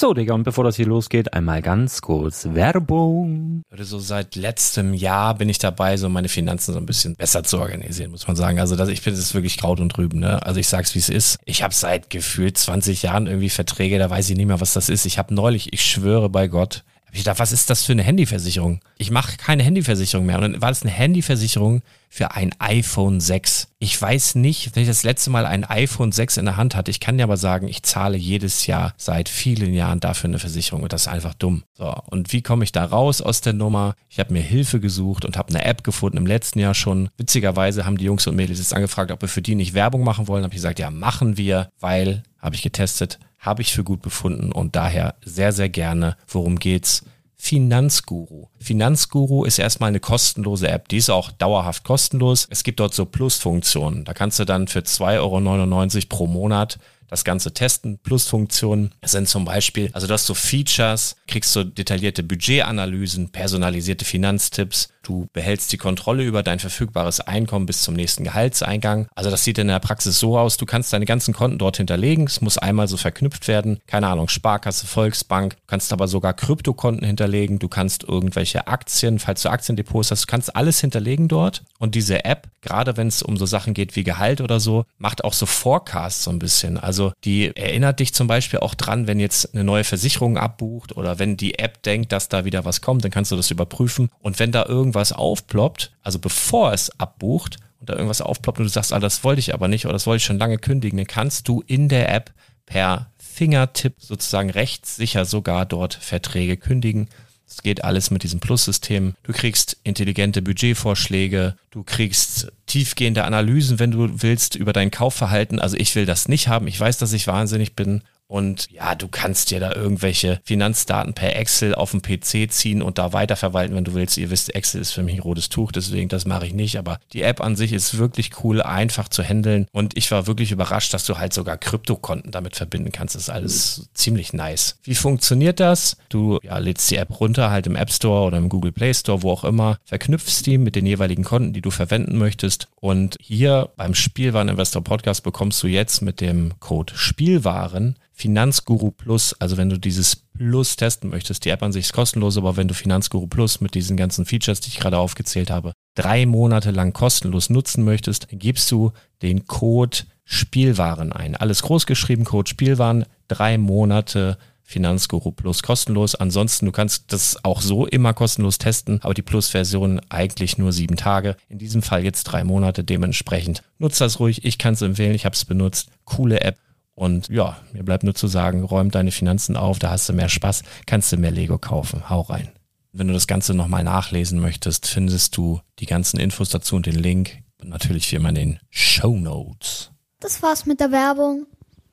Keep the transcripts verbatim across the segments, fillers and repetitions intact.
So, Digga, und bevor das hier losgeht, einmal ganz kurz Werbung. So seit letztem Jahr bin ich dabei, so meine Finanzen so ein bisschen besser zu organisieren, muss man sagen. Also das, ich finde, das ist wirklich Kraut und Rüben, ne? Also ich sag's, wie es ist. Ich habe seit gefühlt zwanzig Jahren irgendwie Verträge, da weiß ich nicht mehr, was das ist. Ich habe neulich, ich schwöre bei Gott, hab ich gedacht, was ist das für eine Handyversicherung? Ich mache keine Handyversicherung mehr. Und dann war das eine Handyversicherung für ein iPhone sechs. Ich weiß nicht, wenn ich das letzte Mal ein iPhone sechs in der Hand hatte. Ich kann dir aber sagen, ich zahle jedes Jahr seit vielen Jahren dafür eine Versicherung und das ist einfach dumm. So, und wie komme ich da raus aus der Nummer? Ich habe mir Hilfe gesucht und habe eine App gefunden im letzten Jahr schon. Witzigerweise haben die Jungs und Mädels jetzt angefragt, ob wir für die nicht Werbung machen wollen. Habe ich gesagt, ja, machen wir, weil, habe ich getestet, habe ich für gut befunden und daher sehr, sehr gerne. Worum geht's? Finanzguru. Finanzguru ist erstmal eine kostenlose App. Die ist auch dauerhaft kostenlos. Es gibt dort so Plusfunktionen. Da kannst du dann für zwei Euro neunundneunzig pro Monat das Ganze testen. Plusfunktionen sind zum Beispiel, also du hast so Features, kriegst so detaillierte Budgetanalysen, personalisierte Finanztipps. Du behältst die Kontrolle über dein verfügbares Einkommen bis zum nächsten Gehaltseingang. Also das sieht in der Praxis so aus, du kannst deine ganzen Konten dort hinterlegen. Es muss einmal so verknüpft werden. Keine Ahnung, Sparkasse, Volksbank. Du kannst aber sogar Kryptokonten hinterlegen. Du kannst irgendwelche Aktien, falls du Aktiendepots hast, du kannst alles hinterlegen dort. Und diese App, gerade wenn es um so Sachen geht wie Gehalt oder so, macht auch so Forecasts so ein bisschen. Also die erinnert dich zum Beispiel auch dran, wenn jetzt eine neue Versicherung abbucht oder wenn die App denkt, dass da wieder was kommt, dann kannst du das überprüfen. Und wenn da irgendwas was aufploppt, also bevor es abbucht und da irgendwas aufploppt und du sagst, ah, das wollte ich aber nicht oder das wollte ich schon lange kündigen, dann kannst du in der App per Fingertipp sozusagen rechtssicher sogar dort Verträge kündigen. Das geht alles mit diesem Plus-System. Du kriegst intelligente Budgetvorschläge, du kriegst tiefgehende Analysen, wenn du willst, über dein Kaufverhalten. Also ich will das nicht haben. Ich weiß, dass ich wahnsinnig bin. Und ja, du kannst dir da irgendwelche Finanzdaten per Excel auf dem P C ziehen und da weiterverwalten, wenn du willst. Ihr wisst, Excel ist für mich ein rotes Tuch, deswegen das mache ich nicht. Aber die App an sich ist wirklich cool, einfach zu handeln. Und ich war wirklich überrascht, dass du halt sogar Kryptokonten damit verbinden kannst. Das ist alles mhm. ziemlich nice. Wie funktioniert das? Du ja, lädst die App runter, halt im App Store oder im Google Play Store, wo auch immer. Verknüpfst die mit den jeweiligen Konten, die du verwenden möchtest. Und hier beim Spielwareninvestor Podcast bekommst du jetzt mit dem Code Spielwaren Finanzguru Plus, also wenn du dieses Plus testen möchtest, die App an sich ist kostenlos, aber wenn du Finanzguru Plus mit diesen ganzen Features, die ich gerade aufgezählt habe, drei Monate lang kostenlos nutzen möchtest, dann gibst du den Code Spielwaren ein. Alles groß geschrieben, Code Spielwaren, drei Monate Finanzguru Plus kostenlos. Ansonsten, du kannst das auch so immer kostenlos testen, aber die Plus-Version eigentlich nur sieben Tage. In diesem Fall jetzt drei Monate, dementsprechend nutzt das ruhig. Ich kann es empfehlen, ich habe es benutzt. Coole App. Und ja, mir bleibt nur zu sagen, räum deine Finanzen auf, da hast du mehr Spaß, kannst du mehr Lego kaufen. Hau rein. Wenn du das Ganze nochmal nachlesen möchtest, findest du die ganzen Infos dazu und den Link. Und natürlich wie immer in den Shownotes. Das war's mit der Werbung.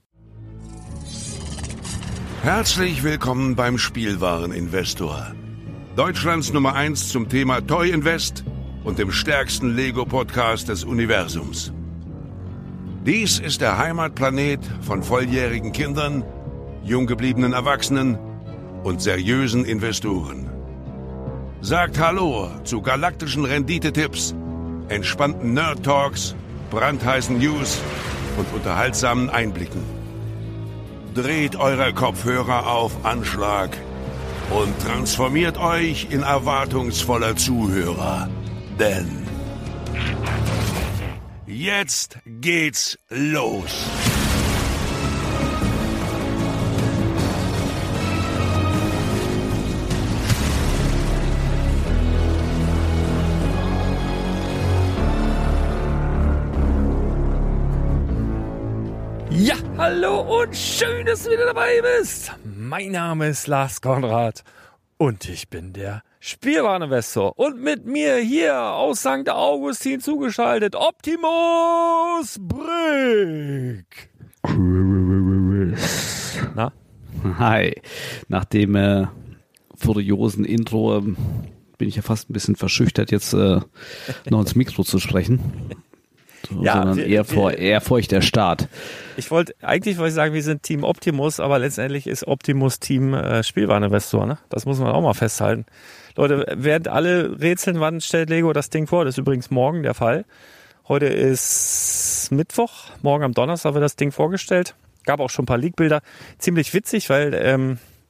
Herzlich willkommen beim Spielwareninvestor. Deutschlands Nummer eins zum Thema Toy Invest und dem stärksten Lego-Podcast des Universums. Dies ist der Heimatplanet von volljährigen Kindern, jung gebliebenen Erwachsenen und seriösen Investoren. Sagt Hallo zu galaktischen Renditetipps, entspannten Nerd-Talks, brandheißen News und unterhaltsamen Einblicken. Dreht eure Kopfhörer auf Anschlag und transformiert euch in erwartungsvoller Zuhörer, denn jetzt geht's los. Ja, hallo und schön, dass du wieder dabei bist. Mein Name ist Lars Konrad und ich bin der Spielwareninvestor. Und mit mir hier aus Sankt Augustin zugeschaltet Optimus Brick. Na? Hi. Nach dem äh, furiosen Intro äh, bin ich ja fast ein bisschen verschüchtert, jetzt äh, noch ins Mikro zu sprechen. So, ja, sondern wir, eher, vor, eher feuchter Start. Ich wollte, eigentlich wollte ich sagen, wir sind Team Optimus, aber letztendlich ist Optimus Team äh, Spielwareninvestor, ne? Das muss man auch mal festhalten. Leute, während alle rätseln, wann stellt Lego das Ding vor, das ist übrigens morgen der Fall. Heute ist Mittwoch, morgen am Donnerstag wird das Ding vorgestellt. Gab auch schon ein paar Leak-Bilder. Ziemlich witzig, weil ähm,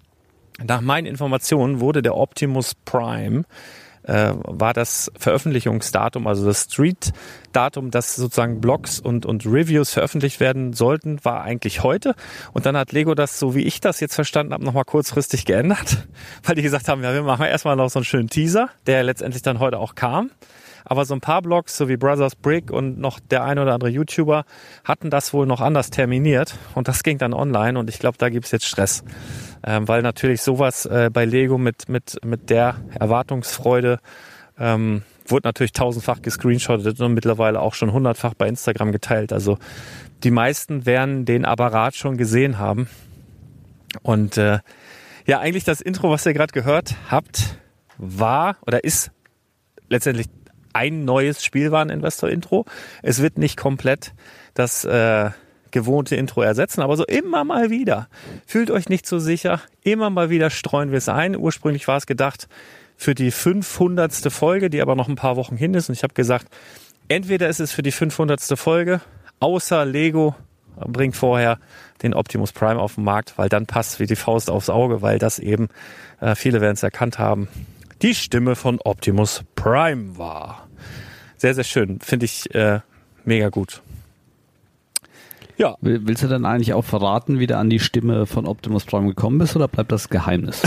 Nach meinen Informationen wurde der Optimus Prime, äh, war das Veröffentlichungsdatum, also das Street-Datum, dass sozusagen Blogs und, und Reviews veröffentlicht werden sollten, war eigentlich heute. Und dann hat Lego das, so wie ich das jetzt verstanden habe, nochmal kurzfristig geändert, weil die gesagt haben, ja, wir machen erstmal noch so einen schönen Teaser, der letztendlich dann heute auch kam. Aber so ein paar Blogs, so wie Brothers Brick und noch der ein oder andere YouTuber, hatten das wohl noch anders terminiert. Und das ging dann online und ich glaube, da gibt's jetzt Stress. Ähm, weil natürlich sowas äh, bei Lego mit, mit, mit der Erwartungsfreude ähm, wurde natürlich tausendfach gescreenshottet und mittlerweile auch schon hundertfach bei Instagram geteilt. Also die meisten werden den Apparat schon gesehen haben. Und äh, ja, eigentlich das Intro, was ihr gerade gehört habt, war oder ist letztendlich ein neues Spielwareninvestor-Intro. Es wird nicht komplett das äh, gewohnte Intro ersetzen, aber so immer mal wieder. Fühlt euch nicht so sicher. Immer mal wieder streuen wir es ein. Ursprünglich war es gedacht für die fünfhundertste Folge, die aber noch ein paar Wochen hin ist. Und ich habe gesagt, entweder ist es für die fünfhundertste Folge, außer Lego bringt vorher den Optimus Prime auf den Markt, weil dann passt wie die Faust aufs Auge, weil das eben, äh, viele werden es erkannt haben, die Stimme von Optimus Prime war. Sehr, sehr schön. Finde ich äh, mega gut. Ja. Willst du dann eigentlich auch verraten, wie du an die Stimme von Optimus Prime gekommen bist, oder bleibt das Geheimnis?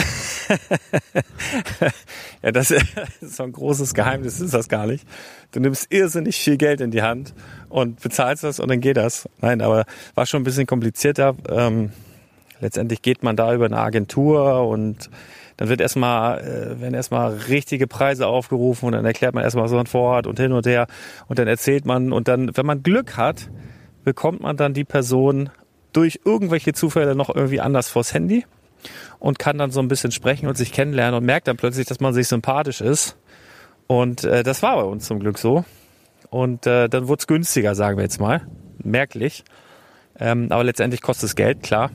Ja, das ist so ein großes Geheimnis, ist das gar nicht. Du nimmst irrsinnig viel Geld in die Hand und bezahlst das und dann geht das. Nein, aber war schon ein bisschen komplizierter. Ähm, letztendlich geht man da über eine Agentur und dann wird erstmal, äh, werden erstmal richtige Preise aufgerufen und dann erklärt man erstmal so ein Vorhat und hin und her und dann erzählt man und dann, wenn man Glück hat, bekommt man dann die Person durch irgendwelche Zufälle noch irgendwie anders vors Handy und kann dann so ein bisschen sprechen und sich kennenlernen und merkt dann plötzlich, dass man sich sympathisch ist. Und äh, das war bei uns zum Glück so. Und äh, dann wurde es günstiger, sagen wir jetzt mal. Merklich. Ähm, aber letztendlich kostet es Geld, klar.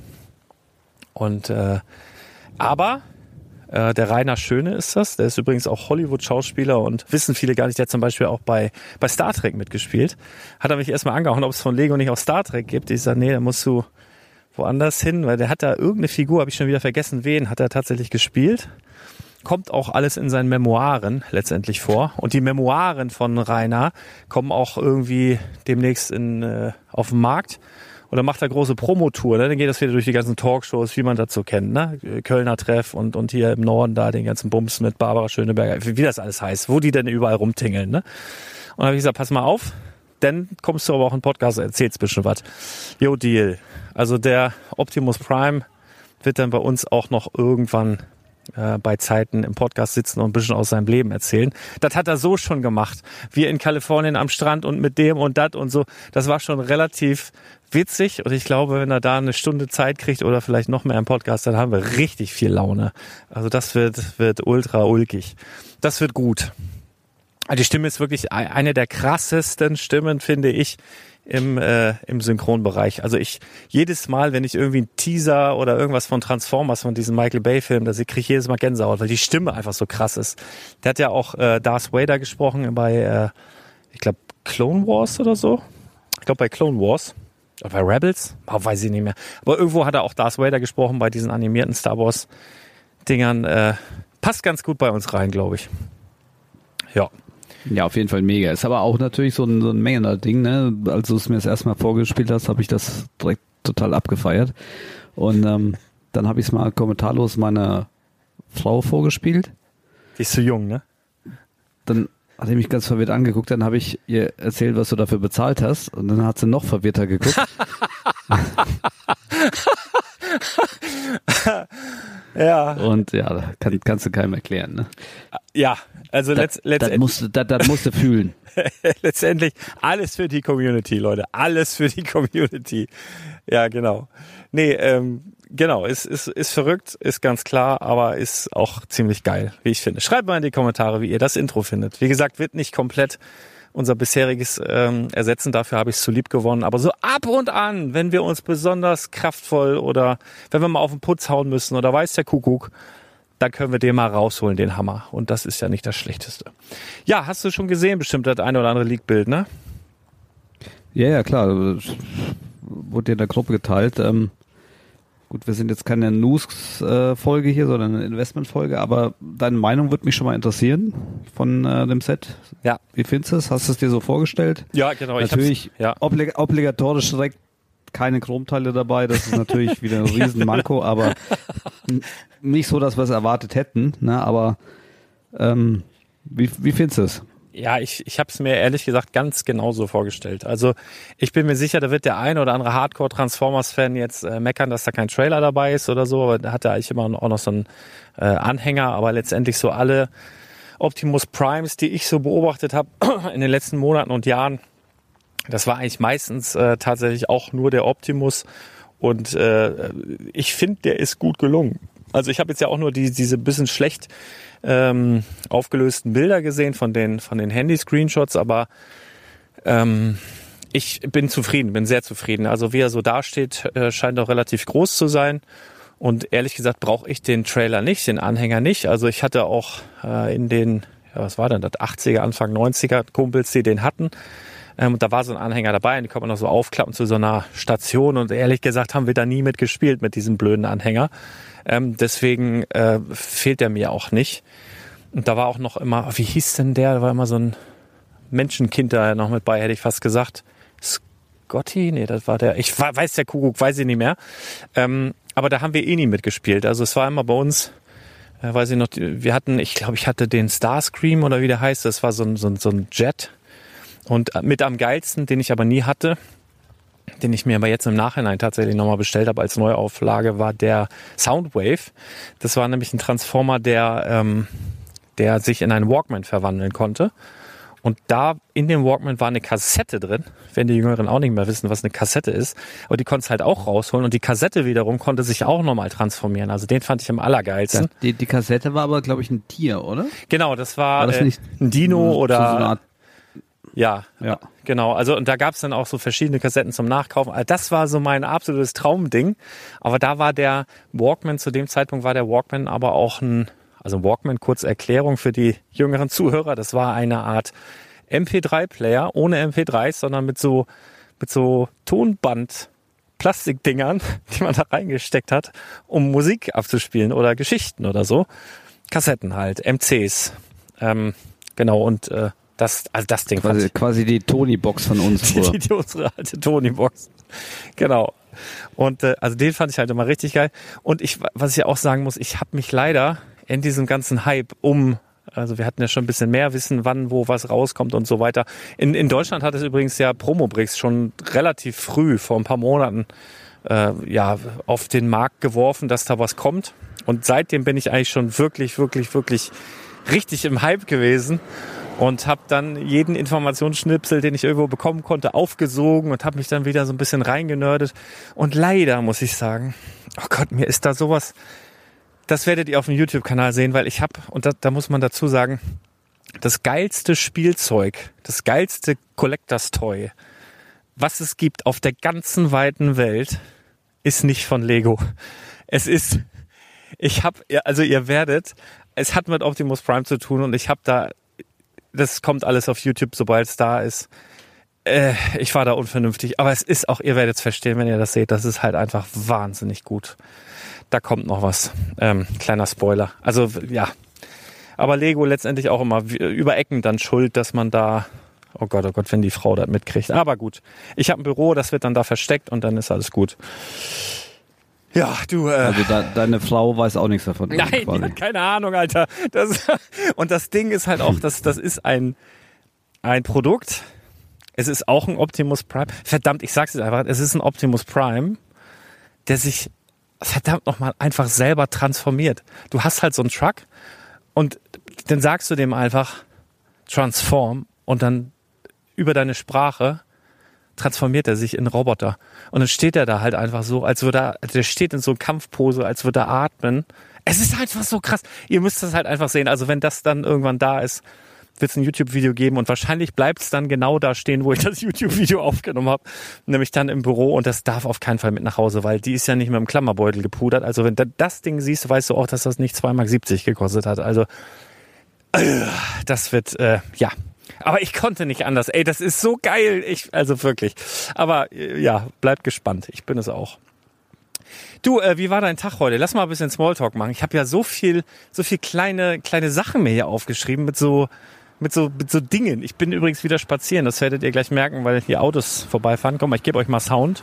Und äh, aber äh, der Rainer Schöne ist das. Der ist übrigens auch Hollywood-Schauspieler und wissen viele gar nicht. Der hat zum Beispiel auch bei, bei Star Trek mitgespielt. Hat er mich erstmal angehauen, ob es von Lego nicht auch Star Trek gibt. Ich sage, nee, da musst du woanders hin, weil der hat da irgendeine Figur, habe ich schon wieder vergessen, wen, hat er tatsächlich gespielt. Kommt auch alles in seinen Memoiren letztendlich vor. Und die Memoiren von Rainer kommen auch irgendwie demnächst in, äh, auf den Markt. Und dann macht er große Promotour, ne? Dann geht das wieder durch die ganzen Talkshows, wie man dazu kennt, ne? Kölner Treff und, und hier im Norden da den ganzen Bums mit Barbara Schöneberger, wie, wie das alles heißt, wo die denn überall rumtingeln, ne? Und dann habe ich gesagt, pass mal auf, dann kommst du aber auch in den Podcast und erzählst ein bisschen was. Jo, Deal. Also der Optimus Prime wird dann bei uns auch noch irgendwann äh, bei Zeiten im Podcast sitzen und ein bisschen aus seinem Leben erzählen. Das hat er so schon gemacht. Wir in Kalifornien am Strand und mit dem und das und so. Das war schon relativ witzig und ich glaube, wenn er da eine Stunde Zeit kriegt oder vielleicht noch mehr im Podcast, dann haben wir richtig viel Laune. Also das wird, wird ultra ulkig. Das wird gut. Die Stimme ist wirklich eine der krassesten Stimmen, finde ich, im, äh, im Synchronbereich. Also ich, jedes Mal, wenn ich irgendwie einen Teaser oder irgendwas von Transformers, von diesem Michael Bay-Film, da kriege ich jedes Mal Gänsehaut, weil die Stimme einfach so krass ist. Der hat ja auch äh, Darth Vader gesprochen bei, äh, ich glaube, Clone Wars oder so. Ich glaube, bei Clone Wars. Oder bei Rebels? Oh, weiß ich nicht mehr. Aber irgendwo hat er auch Darth Vader gesprochen bei diesen animierten Star Wars-Dingern. Äh, passt ganz gut bei uns rein, glaube ich. Ja. Ja, auf jeden Fall mega. Ist aber auch natürlich so ein, so ein Mengener-Ding, ne? Als du es mir das erste Mal vorgespielt hast, habe ich das direkt total abgefeiert. Und ähm, dann habe ich es mal kommentarlos meiner Frau vorgespielt. Die ist zu jung, ne? Dann hat sie mich ganz verwirrt angeguckt, dann habe ich ihr erzählt, was du dafür bezahlt hast. Und dann hat sie noch verwirrter geguckt. Ja. Und ja, kann, kannst du keinem erklären, ne? Ja, also letzt, das, das, musst, das, das musst du fühlen. Letztendlich alles für die Community, Leute. Alles für die Community. Ja, genau. Nee, ähm, genau, ist, ist, ist verrückt, ist ganz klar, aber ist auch ziemlich geil, wie ich finde. Schreibt mal in die Kommentare, wie ihr das Intro findet. Wie gesagt, wird nicht komplett unser bisheriges ähm, ersetzen, dafür habe ich es zu lieb gewonnen. Aber so ab und an, wenn wir uns besonders kraftvoll oder wenn wir mal auf den Putz hauen müssen oder weiß der Kuckuck, dann können wir den mal rausholen, den Hammer. Und das ist ja nicht das Schlechteste. Ja, hast du schon gesehen, bestimmt das eine oder andere Leak-Bild, ne? Ja, ja, klar. Wurde in der Gruppe geteilt. Ähm, gut, wir sind jetzt keine News-Folge hier, sondern eine Investment-Folge, aber deine Meinung würde mich schon mal interessieren von äh, dem Set. Ja. Wie findest du es? Hast du es dir so vorgestellt? Ja, genau. Natürlich ich ja. oblig- obligatorisch direkt keine Chromteile dabei, das ist natürlich wieder ein Riesenmanko, aber n- nicht so, dass wir es erwartet hätten, ne? Aber ähm, wie, wie findest du es? Ja, ich, ich habe es mir ehrlich gesagt ganz genauso vorgestellt. Also ich bin mir sicher, da wird der ein oder andere Hardcore-Transformers-Fan jetzt äh, meckern, dass da kein Trailer dabei ist oder so, aber da hat er eigentlich immer auch noch so einen äh, Anhänger, aber letztendlich so alle Optimus Primes, die ich so beobachtet habe in den letzten Monaten und Jahren, das war eigentlich meistens äh, tatsächlich auch nur der Optimus und äh, ich finde, der ist gut gelungen. Also ich habe jetzt ja auch nur die, diese bisschen schlecht ähm, aufgelösten Bilder gesehen von den von den Handy-Screenshots, aber ähm, ich bin zufrieden, bin sehr zufrieden. Also wie er so dasteht, äh, scheint auch relativ groß zu sein. Und ehrlich gesagt brauche ich den Trailer nicht, den Anhänger nicht. Also ich hatte auch äh, in den, ja, was war denn das, achtziger, Anfang neunziger Kumpels, die den hatten. Ähm, und da war so ein Anhänger dabei und die konnte man noch so aufklappen zu so einer Station. Und ehrlich gesagt haben wir da nie mitgespielt mit diesem blöden Anhänger. Ähm, deswegen äh, fehlt der mir auch nicht. Und da war auch noch immer, wie hieß denn der? Da war immer so ein Menschenkind da noch mit bei, hätte ich fast gesagt. Scotty? Nee, das war der, ich weiß der Kuckuck, weiß ich nicht mehr. Ähm, aber da haben wir eh nie mitgespielt. Also es war immer bei uns, äh, weiß ich noch, wir hatten, ich glaube, ich hatte den Starscream oder wie der heißt, das war so ein, so ein, so ein Jet. Und mit am geilsten, den ich aber nie hatte, den ich mir aber jetzt im Nachhinein tatsächlich nochmal bestellt habe als Neuauflage, war der Soundwave. Das war nämlich ein Transformer, der, ähm, der sich in einen Walkman verwandeln konnte. Und da in dem Walkman war eine Kassette drin, wenn die Jüngeren auch nicht mehr wissen, was eine Kassette ist. Aber die konnte es halt auch rausholen und die Kassette wiederum konnte sich auch nochmal transformieren. Also den fand ich am allergeilsten. Die, die Kassette war aber, glaube ich, ein Tier, oder? Genau, das war, War das äh, nicht ein Dino so- so oder... eine Art- Ja, Ja. genau. Also und da gab es dann auch so verschiedene Kassetten zum Nachkaufen. Also das war so mein absolutes Traumding. Aber da war der Walkman, zu dem Zeitpunkt war der Walkman aber auch ein, also Walkman, kurze Erklärung für die jüngeren Zuhörer, das war eine Art M P drei Player, ohne M P dreis, sondern mit so, mit so Tonband Plastikdingern, die man da reingesteckt hat, um Musik abzuspielen oder Geschichten oder so. Kassetten halt, M Cs. Ähm, genau, und äh, das, also das Ding fand Quasi, ich, quasi die Tony-Box von uns die, früher. die, die unsere alte Tony-Box. Genau. Und äh, also den fand ich halt immer richtig geil. Und ich, was ich auch sagen muss, ich habe mich leider in diesem ganzen Hype um, also wir hatten ja schon ein bisschen mehr Wissen, wann, wo was rauskommt und so weiter. In, in Deutschland hat es übrigens ja Promobrix schon relativ früh, vor ein paar Monaten, äh, ja, auf den Markt geworfen, dass da was kommt. Und seitdem bin ich eigentlich schon wirklich, wirklich, wirklich richtig im Hype gewesen. Und habe dann jeden Informationsschnipsel, den ich irgendwo bekommen konnte, aufgesogen und habe mich dann wieder so ein bisschen reingenördet. Und leider muss ich sagen, oh Gott, mir ist da sowas, das werdet ihr auf dem YouTube-Kanal sehen, weil ich habe, und da, da muss man dazu sagen, das geilste Spielzeug, das geilste Collectors Toy, was es gibt auf der ganzen weiten Welt, ist nicht von Lego. Es ist, ich habe, also ihr werdet, es hat mit Optimus Prime zu tun und ich habe da, das kommt alles auf YouTube, sobald es da ist. Äh, ich war da unvernünftig. Aber es ist auch, ihr werdet es verstehen, wenn ihr das seht, das ist halt einfach wahnsinnig gut. Da kommt noch was. Ähm, kleiner Spoiler. Also, ja. Aber Lego letztendlich auch immer über Ecken dann schuld, dass man da, oh Gott, oh Gott, wenn die Frau das mitkriegt. Aber gut. Ich habe ein Büro, das wird dann da versteckt und dann ist alles gut. Ja, du, äh, Also da, deine Frau weiß auch nichts davon. Nein, die quasi. hat keine Ahnung, Alter. Das, und das Ding ist halt auch, das, das ist ein, ein Produkt. Es ist auch ein Optimus Prime. Verdammt, ich sag's jetzt einfach, es ist ein Optimus Prime, der sich verdammt nochmal einfach selber transformiert. Du hast halt so einen Truck und dann sagst du dem einfach Transform und dann über deine Sprache transformiert er sich in Roboter. Und dann steht er da halt einfach so, als würde er, der steht in so Kampfpose, als würde er atmen. Es ist einfach so krass. Ihr müsst das halt einfach sehen. Also wenn das dann irgendwann da ist, wird es ein YouTube-Video geben und wahrscheinlich bleibt es dann genau da stehen, wo ich das YouTube-Video aufgenommen habe, nämlich dann im Büro und das darf auf keinen Fall mit nach Hause, weil die ist ja nicht mehr im Klammerbeutel gepudert. Also wenn du das Ding siehst, weißt du auch, dass das nicht zwei Mark siebzig gekostet hat. Also äh, das wird, äh, ja... Aber ich konnte nicht anders. Ey, das ist so geil. Ich, also wirklich. Aber ja, bleibt gespannt. Ich bin es auch. Du, äh, wie war dein Tag heute? Lass mal ein bisschen Smalltalk machen. Ich habe ja so viel, so viel kleine, kleine Sachen mir hier aufgeschrieben mit so, mit so, mit so Dingen. Ich bin übrigens wieder spazieren. Das werdet ihr gleich merken, weil hier Autos vorbeifahren. Komm mal, ich gebe euch mal Sound.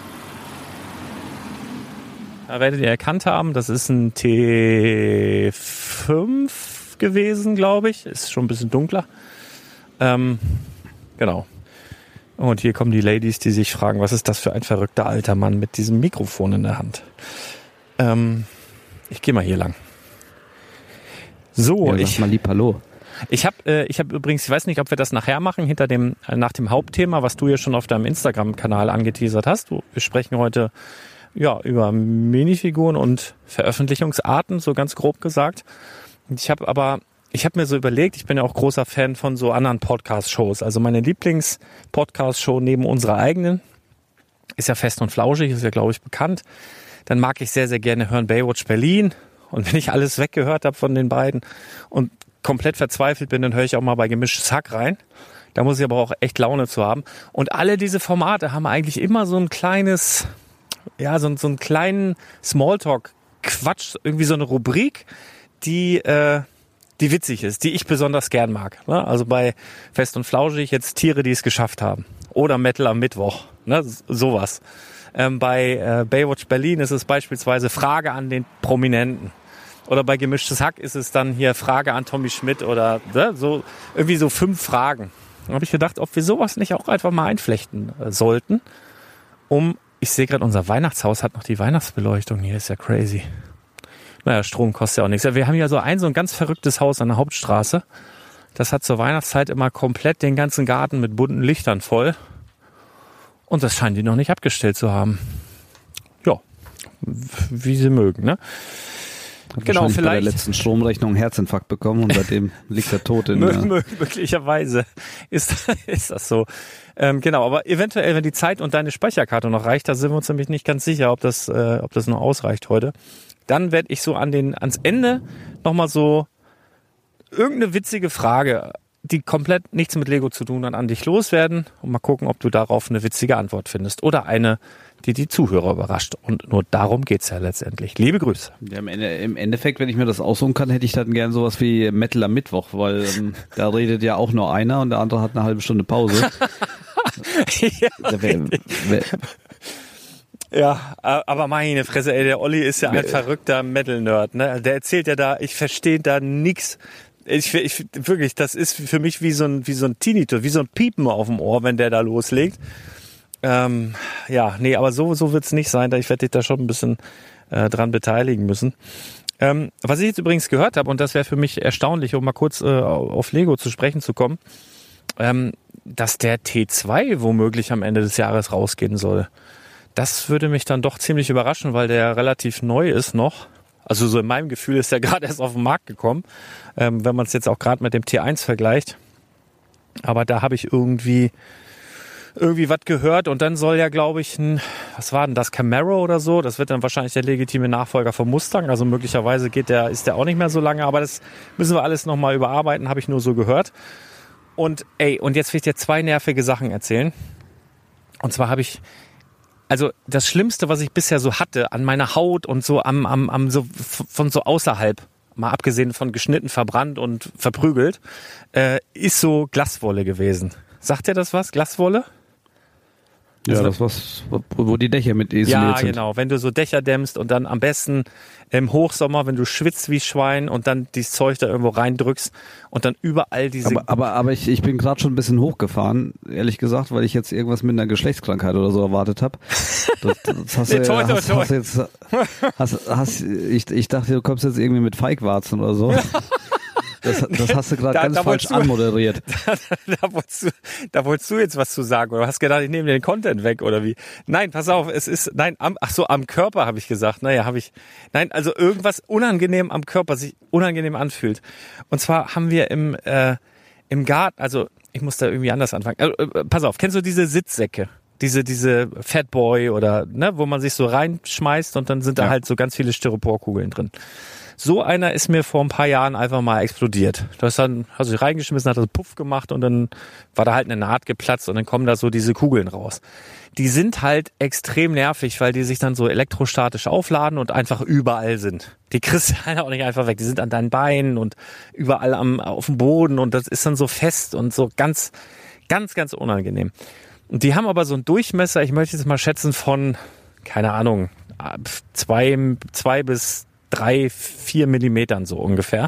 Da werdet ihr erkannt haben, das ist ein T fünf gewesen, glaube ich. Ist schon ein bisschen dunkler. Ähm, genau. Und hier kommen die Ladies, die sich fragen, was ist das für ein verrückter alter Mann mit diesem Mikrofon in der Hand. Ähm, ich gehe mal hier lang. So, ja, ich sag mal lieb Hallo. Ich habe äh, ich hab übrigens, ich weiß nicht, ob wir das nachher machen, hinter dem äh, nach dem Hauptthema, was du ja schon auf deinem Instagram-Kanal angeteasert hast. Du, wir sprechen heute ja über Minifiguren und Veröffentlichungsarten, so ganz grob gesagt. Ich habe aber Ich habe mir so überlegt, ich bin ja auch großer Fan von so anderen Podcast-Shows. Also meine Lieblings-Podcast-Show neben unserer eigenen ist ja Fest und Flauschig, ist ja, glaube ich, bekannt. Dann mag ich sehr, sehr gerne hören Baywatch Berlin. Und wenn ich alles weggehört habe von den beiden und komplett verzweifelt bin, dann höre ich auch mal bei Gemischtes Hack rein. Da muss ich aber auch echt Laune zu haben. Und alle diese Formate haben eigentlich immer so ein kleines, ja, so, so einen kleinen Smalltalk-Quatsch, irgendwie so eine Rubrik, die... äh, die witzig ist, die ich besonders gern mag. Ne? Also bei Fest und Flauschig jetzt Tiere, die es geschafft haben. Oder Metal am Mittwoch. Ne? Sowas. Ähm, bei äh, Baywatch Berlin ist es beispielsweise Frage an den Prominenten. Oder bei Gemischtes Hack ist es dann hier Frage an Tommy Schmidt oder ne? so irgendwie so fünf Fragen. Da habe ich gedacht, ob wir sowas nicht auch einfach mal einflechten äh, sollten. Um, ich sehe gerade, unser Weihnachtshaus hat noch die Weihnachtsbeleuchtung. Hier ist ja crazy. Naja, Strom kostet ja auch nichts. Wir haben ja so ein so ein ganz verrücktes Haus an der Hauptstraße. Das hat zur Weihnachtszeit immer komplett den ganzen Garten mit bunten Lichtern voll. Und das scheinen die noch nicht abgestellt zu haben. Ja, wie sie mögen, ne? Hat genau, vielleicht bei der letzten Stromrechnung einen Herzinfarkt bekommen und seitdem liegt er tot in der... Möglicherweise ist, ist das so. Ähm, genau, aber eventuell, wenn die Zeit und deine Speicherkarte noch reicht, da sind wir uns nämlich nicht ganz sicher, ob das, äh, ob das noch ausreicht heute. Dann werde ich so an den ans Ende nochmal so irgendeine witzige Frage, die komplett nichts mit Lego zu tun hat, an dich loswerden und mal gucken, ob du darauf eine witzige Antwort findest. Oder eine, die die Zuhörer überrascht. Und nur darum geht's ja letztendlich. Liebe Grüße. Ja, im, Ende, im Endeffekt, wenn ich mir das aussuchen kann, hätte ich dann gern sowas wie Metal am Mittwoch, weil ähm, da redet ja auch nur einer und der andere hat eine halbe Stunde Pause. ja, wär, wär, Ja, aber meine Fresse, ey, der Olli ist ja ein verrückter Metal-Nerd, ne? Der erzählt ja da, ich verstehe da nix. Ich, ich, wirklich, das ist für mich wie so ein, wie so ein Tinnitus, wie so ein Piepen auf dem Ohr, wenn der da loslegt. Ähm, ja, nee, aber so, so wird's nicht sein, da ich werde dich da schon ein bisschen äh, dran beteiligen müssen. Ähm, was ich jetzt übrigens gehört habe, und das wäre für mich erstaunlich, um mal kurz äh, auf Lego zu sprechen zu kommen, ähm, dass der T zwei womöglich am Ende des Jahres rausgehen soll. Das würde mich dann doch ziemlich überraschen, weil der relativ neu ist noch. Also so in meinem Gefühl ist der gerade erst auf den Markt gekommen, ähm, wenn man es jetzt auch gerade mit dem T eins vergleicht. Aber da habe ich irgendwie irgendwie was gehört und dann soll ja, glaube ich, ein, was war denn das, Camaro oder so? Das wird dann wahrscheinlich der legitime Nachfolger vom Mustang. Also möglicherweise geht der, ist der auch nicht mehr so lange, aber das müssen wir alles nochmal überarbeiten, habe ich nur so gehört. Und ey, und jetzt will ich dir zwei nervige Sachen erzählen. Und zwar habe ich Also das Schlimmste, was ich bisher so hatte an meiner Haut und so am, am, am so von so außerhalb, mal abgesehen von geschnitten, verbrannt und verprügelt, äh, ist so Glaswolle gewesen. Sagt dir das was? Glaswolle? Ja, also, das was, wo die Dächer mit isoliert ja, sind. Ja, genau. Wenn du so Dächer dämmst und dann am besten im Hochsommer, wenn du schwitzt wie Schwein und dann dieses Zeug da irgendwo reindrückst und dann überall diese... Aber, aber, aber ich, ich bin gerade schon ein bisschen hochgefahren, ehrlich gesagt, weil ich jetzt irgendwas mit einer Geschlechtskrankheit oder so erwartet habe. Das, das hast nee, du toi, toi, hast, toi. hast jetzt... Hast, hast, ich, ich dachte, du kommst jetzt irgendwie mit Feigwarzen oder so. Das, das hast du gerade ganz da falsch du, anmoderiert. Da, da, da, wolltest du, da wolltest du jetzt was zu sagen oder hast gedacht, ich nehme den Content weg oder wie? Nein, pass auf, es ist, nein, am, ach so, am Körper habe ich gesagt. Naja, habe ich, nein, also irgendwas unangenehm am Körper, sich unangenehm anfühlt. Und zwar haben wir im, äh, im Garten, also ich muss da irgendwie anders anfangen. Also, äh, pass auf, kennst du diese Sitzsäcke? diese, diese Fatboy oder, ne, wo man sich so reinschmeißt und dann sind da Ja. halt so ganz viele Styroporkugeln drin. So einer ist mir vor ein paar Jahren einfach mal explodiert. Das dann, hast du dich reingeschmissen, hat das Puff gemacht und dann war da halt eine Naht geplatzt und dann kommen da so diese Kugeln raus. Die sind halt extrem nervig, weil die sich dann so elektrostatisch aufladen und einfach überall sind. Die kriegst du halt auch nicht einfach weg. Die sind an deinen Beinen und überall am, auf dem Boden und das ist dann so fest und so ganz, ganz, ganz unangenehm. Und die haben aber so einen Durchmesser, ich möchte jetzt mal schätzen von, keine Ahnung, zwei, zwei bis drei, vier Millimetern so ungefähr.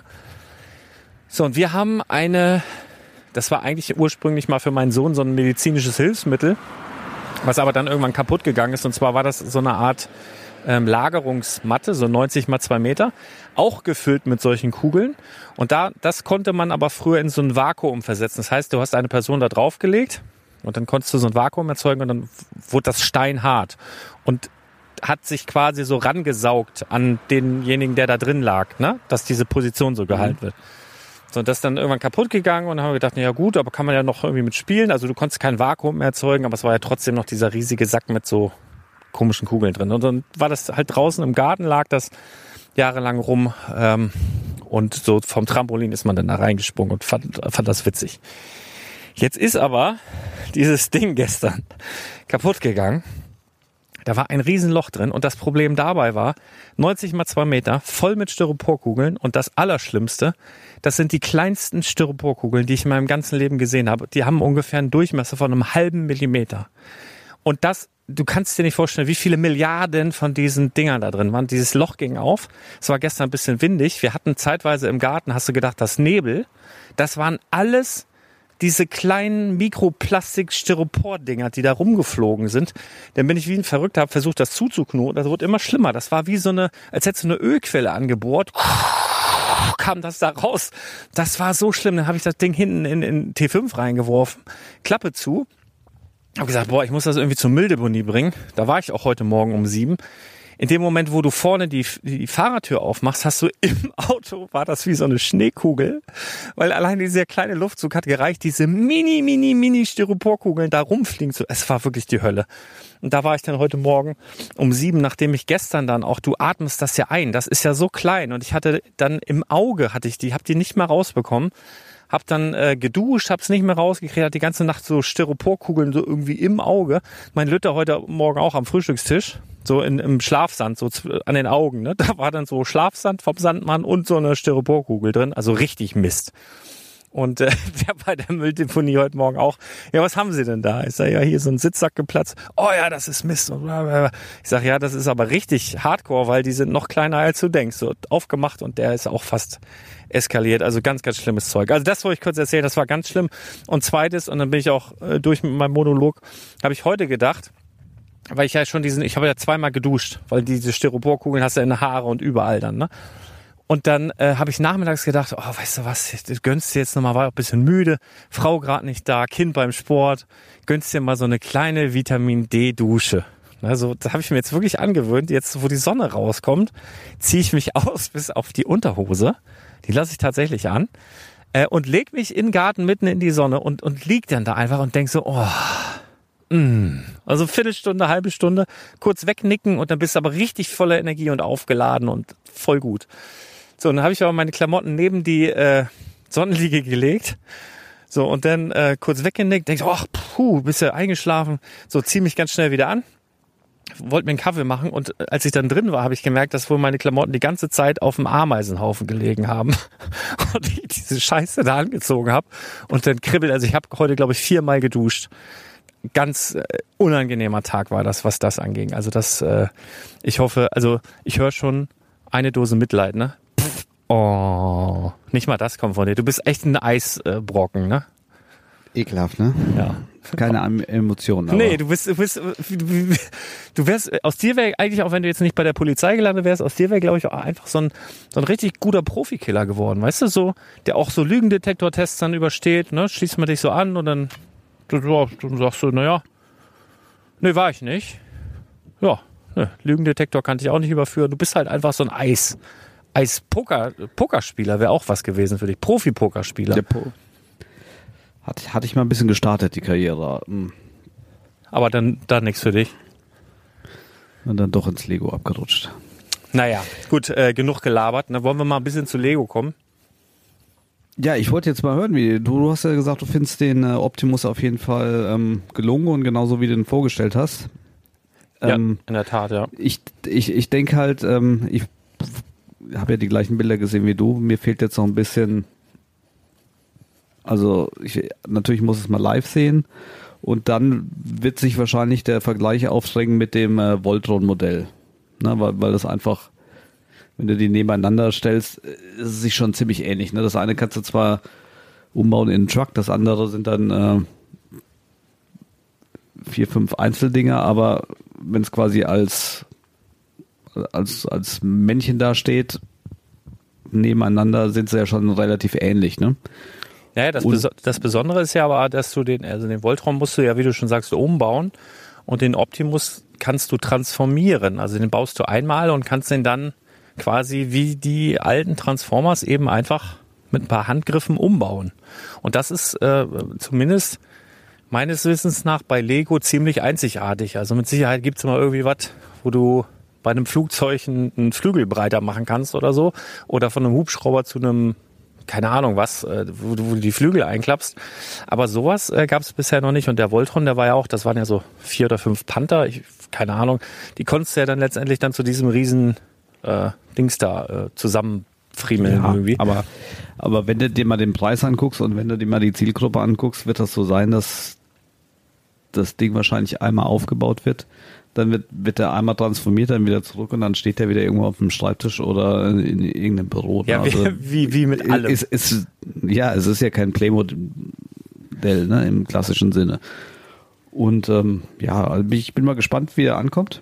So, und wir haben eine, das war eigentlich ursprünglich mal für meinen Sohn so ein medizinisches Hilfsmittel, was aber dann irgendwann kaputt gegangen ist. Und zwar war das so eine Art ähm, Lagerungsmatte, so neunzig mal zwei Meter, auch gefüllt mit solchen Kugeln. Und da, das konnte man aber früher in so ein Vakuum versetzen. Das heißt, du hast eine Person da draufgelegt und dann konntest du so ein Vakuum erzeugen und dann wurde das steinhart. Und hat sich quasi so rangesaugt an denjenigen, der da drin lag, ne? Dass diese Position so gehalten wird. So, und das ist dann irgendwann kaputt gegangen und dann haben wir gedacht, na ja gut, aber kann man ja noch irgendwie mit spielen. Also du konntest kein Vakuum mehr erzeugen, aber es war ja trotzdem noch dieser riesige Sack mit so komischen Kugeln drin. Und dann war das halt draußen im Garten, lag das jahrelang rum ähm, und so vom Trampolin ist man dann da reingesprungen und fand, fand das witzig. Jetzt ist aber dieses Ding gestern kaputt gegangen. Da war ein Riesenloch drin und das Problem dabei war, neunzig mal zwei Meter, voll mit Styroporkugeln und das Allerschlimmste, das sind die kleinsten Styroporkugeln, die ich in meinem ganzen Leben gesehen habe. Die haben ungefähr einen Durchmesser von einem halben Millimeter. Und das, du kannst dir nicht vorstellen, wie viele Milliarden von diesen Dingern da drin waren. Dieses Loch ging auf, es war gestern ein bisschen windig, wir hatten zeitweise im Garten, hast du gedacht, das Nebel, das waren alles diese kleinen Mikroplastik-Styropor-Dinger, die da rumgeflogen sind. Dann bin ich wie ein Verrückter, habe versucht, das zuzuknoten. Das wurde immer schlimmer. Das war wie so eine, als hättest du eine Ölquelle angebohrt. Kam das da raus. Das war so schlimm. Dann habe ich das Ding hinten in, in T fünf reingeworfen. Klappe zu. Habe gesagt, boah, ich muss das irgendwie zur Mülldeponie bringen. Da war ich auch heute Morgen um sieben. In dem Moment, wo du vorne die, die Fahrertür aufmachst, hast du im Auto, war das wie so eine Schneekugel, weil allein dieser kleine Luftzug hat gereicht, diese mini, mini, mini Styroporkugeln da rumfliegen zu. Es war wirklich die Hölle. Und da war ich dann heute Morgen um sieben, nachdem ich gestern dann auch, du atmest das ja ein, das ist ja so klein und ich hatte dann im Auge, hatte ich die, hab die nicht mehr rausbekommen. Hab dann äh, geduscht, hab's nicht mehr rausgekriegt, hat die ganze Nacht so Styroporkugeln so irgendwie im Auge. Mein Lütter heute Morgen auch am Frühstückstisch, so in, im Schlafsand, so an den Augen. Ne? Da war dann so Schlafsand vom Sandmann und so eine Styroporkugel drin, also richtig Mist. Und äh, der bei der Mülldeponie heute Morgen auch, ja, was haben Sie denn da? Ich sage, ja, hier so ein Sitzsack geplatzt. Oh ja, das ist Mist. Ich sage, ja, das ist aber richtig hardcore, weil die sind noch kleiner, als du denkst. So aufgemacht und der ist auch fast eskaliert. Also ganz, ganz schlimmes Zeug. Also das wollte ich kurz erzählen, das war ganz schlimm. Und zweites, und dann bin ich auch äh, durch mit meinem Monolog, habe ich heute gedacht, weil ich ja schon diesen, ich habe ja zweimal geduscht, weil diese Styroporkugeln hast du in den Haare und überall dann, ne? Und dann äh, habe ich nachmittags gedacht, oh, weißt du was, du gönnst dir jetzt nochmal, war auch ein bisschen müde, Frau gerade nicht da, Kind beim Sport, gönnst dir mal so eine kleine Vitamin-D-Dusche. Also das habe ich mir jetzt wirklich angewöhnt. Jetzt, wo die Sonne rauskommt, ziehe ich mich aus bis auf die Unterhose. Die lasse ich tatsächlich an äh, und leg mich in den Garten mitten in die Sonne und, und lieg dann da einfach und denk so, oh, mm. Also Viertelstunde, halbe Stunde, kurz wegnicken und dann bist du aber richtig voller Energie und aufgeladen und voll gut. So, und dann habe ich aber meine Klamotten neben die äh, Sonnenliege gelegt. So, und dann äh, kurz weggenickt, denkst, ach, puh, bist ja eingeschlafen. So, zieh mich ganz schnell wieder an. Wollte mir einen Kaffee machen und als ich dann drin war, habe ich gemerkt, dass wohl meine Klamotten die ganze Zeit auf dem Ameisenhaufen gelegen haben und ich diese Scheiße da angezogen habe und dann kribbelt, also ich habe heute, glaube ich, viermal geduscht. Ganz äh, unangenehmer Tag war das, was das anging. Also das, äh, ich hoffe, also ich höre schon eine Dose Mitleid, ne? Pff, oh, nicht mal das kommt von dir. Du bist echt ein Eisbrocken, ne? Ekelhaft, ne? Ja. Keine Emotionen. Aber Nee, du bist, du bist, du wärst, aus dir wäre eigentlich, auch wenn du jetzt nicht bei der Polizei gelandet wärst, aus dir wäre, glaube ich, auch einfach so ein, so ein richtig guter Profikiller geworden, weißt du, so, der auch so Lügendetektor-Tests dann übersteht, ne, schließt man dich so an und dann, du, du sagst du, naja, nee, war ich nicht. Ja, ne, Lügendetektor kannte ich auch nicht überführen. Du bist halt einfach so ein Eis, Eis-Poker, Pokerspieler wäre auch was gewesen für dich, Profi-Pokerspieler. Der Po- Hat, hatte ich mal ein bisschen gestartet, die Karriere. Hm. aber dann, dann nichts für dich. Und dann doch ins Lego abgerutscht. Naja, gut, äh, genug gelabert. Dann wollen wir mal ein bisschen zu Lego kommen. Ja, ich wollte jetzt mal hören, wie du, du hast ja gesagt, du findest den äh, Optimus auf jeden Fall ähm, gelungen und genauso wie du den vorgestellt hast. Ähm, ja, in der Tat, ja. Ich, ich, ich denke halt, ähm, ich habe ja die gleichen Bilder gesehen wie du. Mir fehlt jetzt noch ein bisschen, also ich, natürlich muss es mal live sehen und dann wird sich wahrscheinlich der Vergleich aufdrängen mit dem äh, Voltron-Modell. Ne, weil, weil das einfach, wenn du die nebeneinander stellst, ist es sich schon ziemlich ähnlich. Ne? Das eine kannst du zwar umbauen in einen Truck, das andere sind dann äh, vier, fünf Einzeldinger, aber wenn es quasi als, als, als Männchen da steht, nebeneinander sind sie ja schon relativ ähnlich. Ne? Ja, das, Beso- das Besondere ist ja aber, dass du den, also den Voltron musst du ja, wie du schon sagst, umbauen und den Optimus kannst du transformieren. Also den baust du einmal und kannst den dann quasi wie die alten Transformers eben einfach mit ein paar Handgriffen umbauen. Und das ist äh, zumindest meines Wissens nach bei Lego ziemlich einzigartig. Also mit Sicherheit gibt es immer irgendwie was, wo du bei einem Flugzeug einen, einen Flügel breiter machen kannst oder so. Oder von einem Hubschrauber zu einem, keine Ahnung was, äh, wo, du, wo du die Flügel einklappst. Aber sowas äh, gab es bisher noch nicht. Und der Voltron, der war ja auch, das waren ja so vier oder fünf Panther, ich, keine Ahnung. Die konntest du ja dann letztendlich dann zu diesem riesen äh, Dings da äh, zusammenfriemeln ja, irgendwie. Aber, aber wenn du dir mal den Preis anguckst und wenn du dir mal die Zielgruppe anguckst, wird das so sein, dass das Ding wahrscheinlich einmal aufgebaut wird, dann wird, wird er einmal transformiert, dann wieder zurück und dann steht er wieder irgendwo auf dem Schreibtisch oder in irgendeinem Büro. Ja, also, wie, wie, wie mit allem. Ist, ist, ja, es ist ja kein Playmodell, ne, im klassischen Sinne. Und ähm, ja, also ich bin mal gespannt, wie er ankommt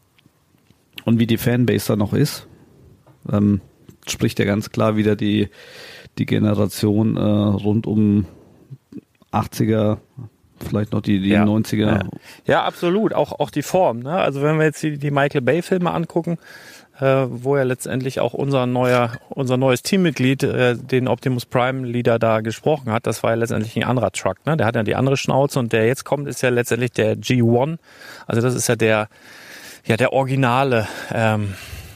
und wie die Fanbase da noch ist. Ähm, spricht ja ganz klar wieder die, die Generation äh, rund um achtziger, vielleicht noch die, die ja. neunziger. Ja. ja, absolut. Auch, auch die Form. Ne? Also wenn wir jetzt die, die Michael Bay-Filme angucken, äh, wo ja letztendlich auch unser neuer, unser neues Teammitglied, äh, den Optimus Prime-Leader da gesprochen hat, das war ja letztendlich ein anderer Truck. Ne? Der hat ja die andere Schnauze und der jetzt kommt, ist ja letztendlich der G eins. Also das ist ja der, ja der originale, ähm,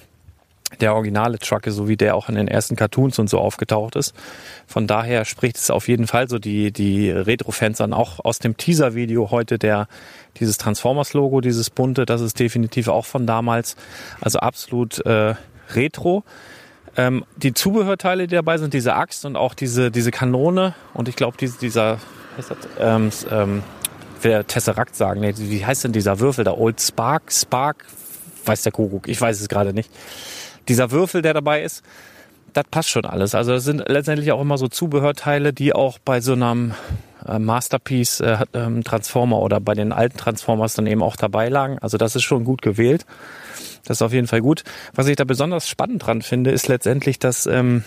der originale Truck, so wie der auch in den ersten Cartoons und so aufgetaucht ist. Von daher spricht es auf jeden Fall so die die Retro-Fans an, auch aus dem Teaser-Video heute, der dieses Transformers-Logo, dieses bunte, das ist definitiv auch von damals, also absolut äh, Retro. Ähm, die Zubehörteile, die dabei sind, diese Axt und auch diese diese Kanone und ich glaube diese, dieser was ist das, ähm, ähm, wer Tesseract sagen, nee, wie heißt denn dieser Würfel, der Old Spark, Spark, weiß der Kuckuck, ich weiß es gerade nicht. Dieser Würfel, der dabei ist, das passt schon alles. Also das sind letztendlich auch immer so Zubehörteile, die auch bei so einem äh, Masterpiece äh, ähm, Transformer oder bei den alten Transformers dann eben auch dabei lagen. Also das ist schon gut gewählt. Das ist auf jeden Fall gut. Was ich da besonders spannend dran finde, ist letztendlich, dass ähm,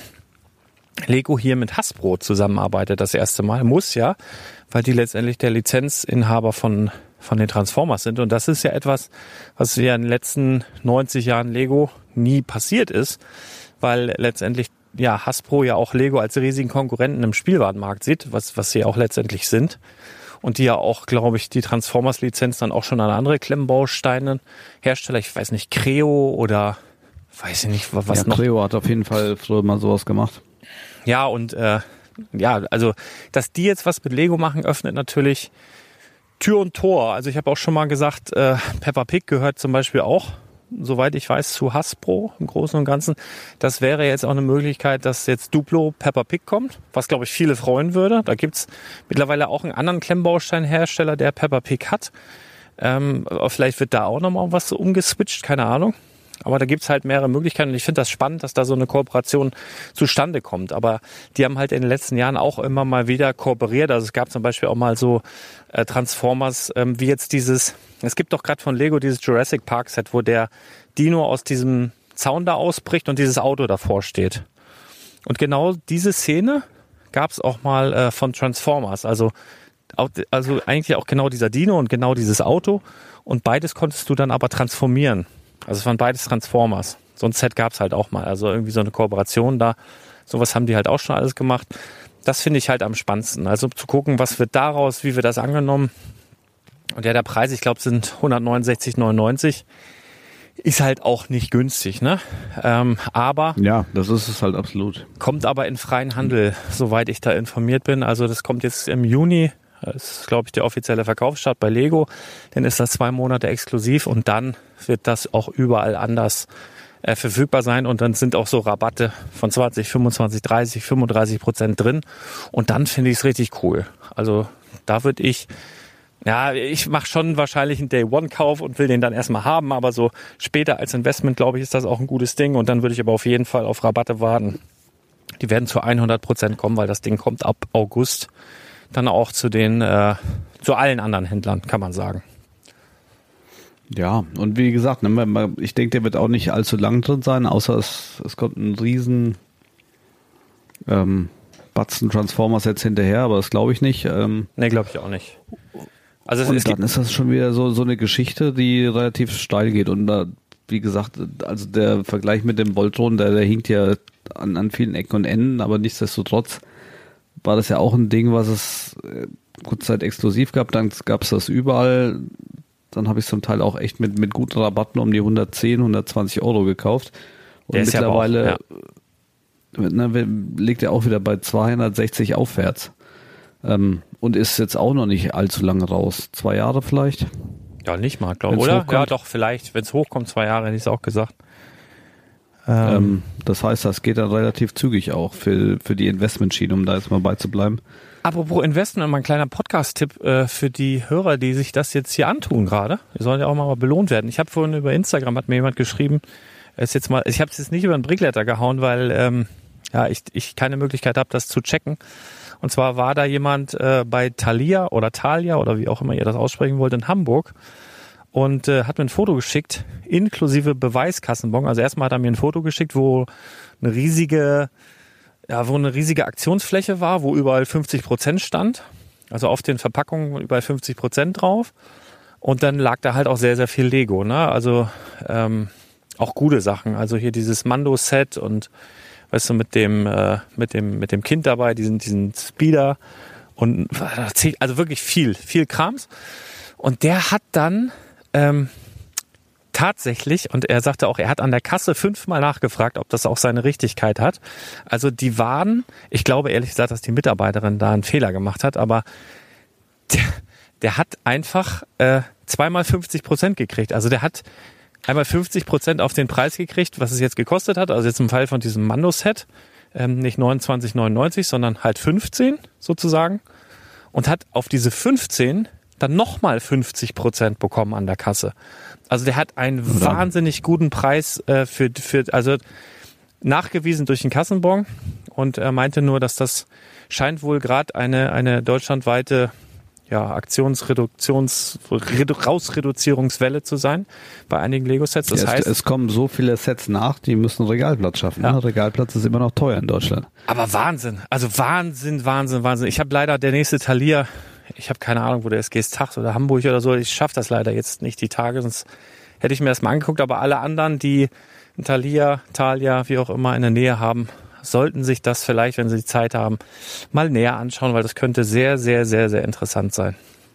Lego hier mit Hasbro zusammenarbeitet das erste Mal. Muss ja, weil die letztendlich der Lizenzinhaber von von den Transformers sind. Und das ist ja etwas, was ja in den letzten neunzig Jahren Lego nie passiert ist, weil letztendlich ja Hasbro ja auch Lego als riesigen Konkurrenten im Spielwarenmarkt sieht, was was sie auch letztendlich sind. Und die ja auch, glaube ich, die Transformers-Lizenz dann auch schon an andere Klemmbausteine Hersteller, ich weiß nicht, Creo oder weiß ich nicht, was ja, noch. Creo hat auf jeden Fall früher mal sowas gemacht. Ja, und äh, ja, also dass die jetzt was mit Lego machen, öffnet natürlich Tür und Tor. Also ich habe auch schon mal gesagt, äh, Peppa Pig gehört zum Beispiel auch, soweit ich weiß, zu Hasbro im Großen und Ganzen. Das wäre jetzt auch eine Möglichkeit, dass jetzt Duplo Peppa Pig kommt, was, glaube ich, viele freuen würde. Da gibt's mittlerweile auch einen anderen Klemmbausteinhersteller, der Peppa Pig hat. Ähm, vielleicht wird da auch nochmal was so umgeswitcht, keine Ahnung. Aber da gibt's halt mehrere Möglichkeiten und ich finde das spannend, dass da so eine Kooperation zustande kommt. Aber die haben halt in den letzten Jahren auch immer mal wieder kooperiert. Also es gab zum Beispiel auch mal so äh, Transformers, ähm, wie jetzt dieses, es gibt doch gerade von Lego dieses Jurassic Park Set, wo der Dino aus diesem Zaun da ausbricht und dieses Auto davor steht. Und genau diese Szene gab's auch mal äh, von Transformers. Also, also eigentlich auch genau dieser Dino und genau dieses Auto. Und beides konntest du dann aber transformieren. Also es waren beides Transformers. So ein Set gab es halt auch mal. Also irgendwie so eine Kooperation da. Sowas haben die halt auch schon alles gemacht. Das finde ich halt am spannendsten. Also zu gucken, was wird daraus, wie wird das angenommen. Und ja, der Preis, ich glaube, sind hundertneunundsechzig neunundneunzig. Ist halt auch nicht günstig, ne? Ähm, aber ja, das ist es halt absolut. Kommt aber in freien Handel, soweit ich da informiert bin. Also das kommt jetzt im Juni. Das ist, glaube ich, der offizielle Verkaufsstart bei Lego. Dann ist das zwei Monate exklusiv und dann wird das auch überall anders äh, verfügbar sein. Und dann sind auch so Rabatte von zwanzig, fünfundzwanzig, dreißig, fünfunddreißig Prozent drin. Und dann finde ich es richtig cool. Also da würde ich... Ja, ich mache schon wahrscheinlich einen Day-One-Kauf und will den dann erstmal haben, aber so später als Investment, glaube ich, ist das auch ein gutes Ding und dann würde ich aber auf jeden Fall auf Rabatte warten. Die werden zu hundert Prozent kommen, weil das Ding kommt ab August dann auch zu den, äh, zu allen anderen Händlern, kann man sagen. Ja, und wie gesagt, ne, ich denke, der wird auch nicht allzu lang drin sein, außer es, es kommt ein riesen ähm, Batzen Transformers jetzt hinterher, aber das glaube ich nicht. Ähm, nee, glaube ich auch nicht. Also es, und es dann gibt ist das schon wieder so so eine Geschichte, die relativ steil geht. Und da, wie gesagt, also der Vergleich mit dem Voltron, der, der hinkt ja an, an vielen Ecken und Enden, aber nichtsdestotrotz war das ja auch ein Ding, was es kurze Zeit exklusiv gab. Dann gab es das überall. Dann habe ich zum Teil auch echt mit mit guten Rabatten um die hundertzehn, hundertzwanzig Euro gekauft. Und der ist mittlerweile ja auch, ja. ne, liegt er auch wieder bei zweihundertsechzig aufwärts. Ähm, und ist jetzt auch noch nicht allzu lange raus. Zwei Jahre vielleicht? Ja, nicht mal, glaube ich, Wenn's oder? hochkommt. Ja, doch, vielleicht. Wenn es hochkommt, zwei Jahre, hätte ich es auch gesagt. Ähm, Ähm, das heißt, das geht dann relativ zügig auch für, für die Investmentschiene, um da jetzt mal beizubleiben. apropos Investment, mal ein kleiner Podcast-Tipp äh, für die Hörer, die sich das jetzt hier antun gerade. Die sollen ja auch mal belohnt werden. Ich habe vorhin über Instagram, hat mir jemand geschrieben, ist jetzt mal, ich habe es jetzt nicht über den Brickletter gehauen, weil ähm, ja ich, ich keine Möglichkeit habe, das zu checken. Und zwar war da jemand äh, bei Thalia oder Thalia oder wie auch immer ihr das aussprechen wollt in Hamburg und äh, hat mir ein Foto geschickt, inklusive Beweiskassenbon. Also erstmal hat er mir ein Foto geschickt, wo eine riesige, ja, wo eine riesige Aktionsfläche war, wo überall fünfzig Prozent stand. Also auf den Verpackungen überall fünfzig Prozent drauf. Und dann lag da halt auch sehr, sehr viel Lego, ne? Also ähm, auch gute Sachen. Also hier dieses Mando-Set und weißt du, mit dem, äh, mit dem, mit dem Kind dabei, diesen, diesen Speeder und also wirklich viel, viel Krams. Und der hat dann ähm, tatsächlich, und er sagte auch, er hat an der Kasse fünfmal nachgefragt, ob das auch seine Richtigkeit hat. Also die waren, ich glaube ehrlich gesagt, dass die Mitarbeiterin da einen Fehler gemacht hat, aber der, der hat einfach äh, zweimal fünfzig Prozent gekriegt. Also der hat einmal fünfzig Prozent auf den Preis gekriegt, was es jetzt gekostet hat. Also jetzt im Fall von diesem Mando-Set. Ähm, nicht neunundzwanzig neunundneunzig, sondern halt fünfzehn sozusagen. Und hat auf diese fünfzehn dann nochmal fünfzig Prozent bekommen an der Kasse. Also der hat einen ja. wahnsinnig guten Preis äh, für, für, also nachgewiesen durch den Kassenbon. Und er meinte nur, dass das scheint wohl gerade eine, eine deutschlandweite ja, Aktionsreduktions, Rausreduzierungswelle zu sein bei einigen Lego-Sets. Das ja, heißt, es, es kommen so viele Sets nach, die müssen Regalplatz schaffen. Ja. Ne? Regalplatz ist immer noch teuer in Deutschland. Aber Wahnsinn, also Wahnsinn, Wahnsinn, Wahnsinn. Ich habe leider der nächste Thalia, ich habe keine Ahnung, wo der ist, Geesthacht oder Hamburg oder so. Ich schaffe das leider jetzt nicht die Tage, sonst hätte ich mir das mal angeguckt. Aber alle anderen, die ein Thalia, Thalia, wie auch immer in der Nähe haben, sollten sich das vielleicht, wenn sie die Zeit haben, mal näher anschauen, weil das könnte sehr, sehr, sehr, sehr interessant sein.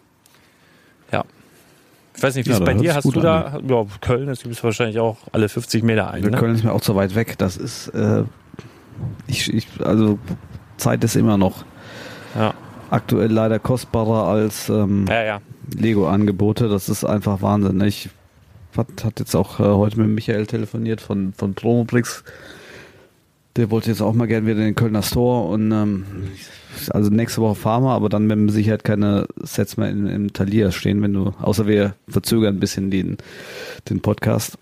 Ja. Ich weiß nicht, wie Ja, es da bei dir, hört's hast gut du da, an. ja, Köln, das gibt es wahrscheinlich auch alle fünfzig Meter ein. Wir Ne? Köln ist mir auch zu weit weg. Das ist, äh, ich, ich, also Zeit ist immer noch Ja. aktuell leider kostbarer als ähm, Ja, ja. Lego-Angebote. Das ist einfach Wahnsinn. Ich hat, hat jetzt auch äh, heute mit Michael telefoniert von, von Promobrix. Der wollte jetzt auch mal gerne wieder in den Kölner Store und ähm, also nächste Woche fahren wir, aber dann werden mit Sicherheit keine Sets mehr im, im Thalia stehen, wenn du, außer wir verzögern ein bisschen den, den Podcast.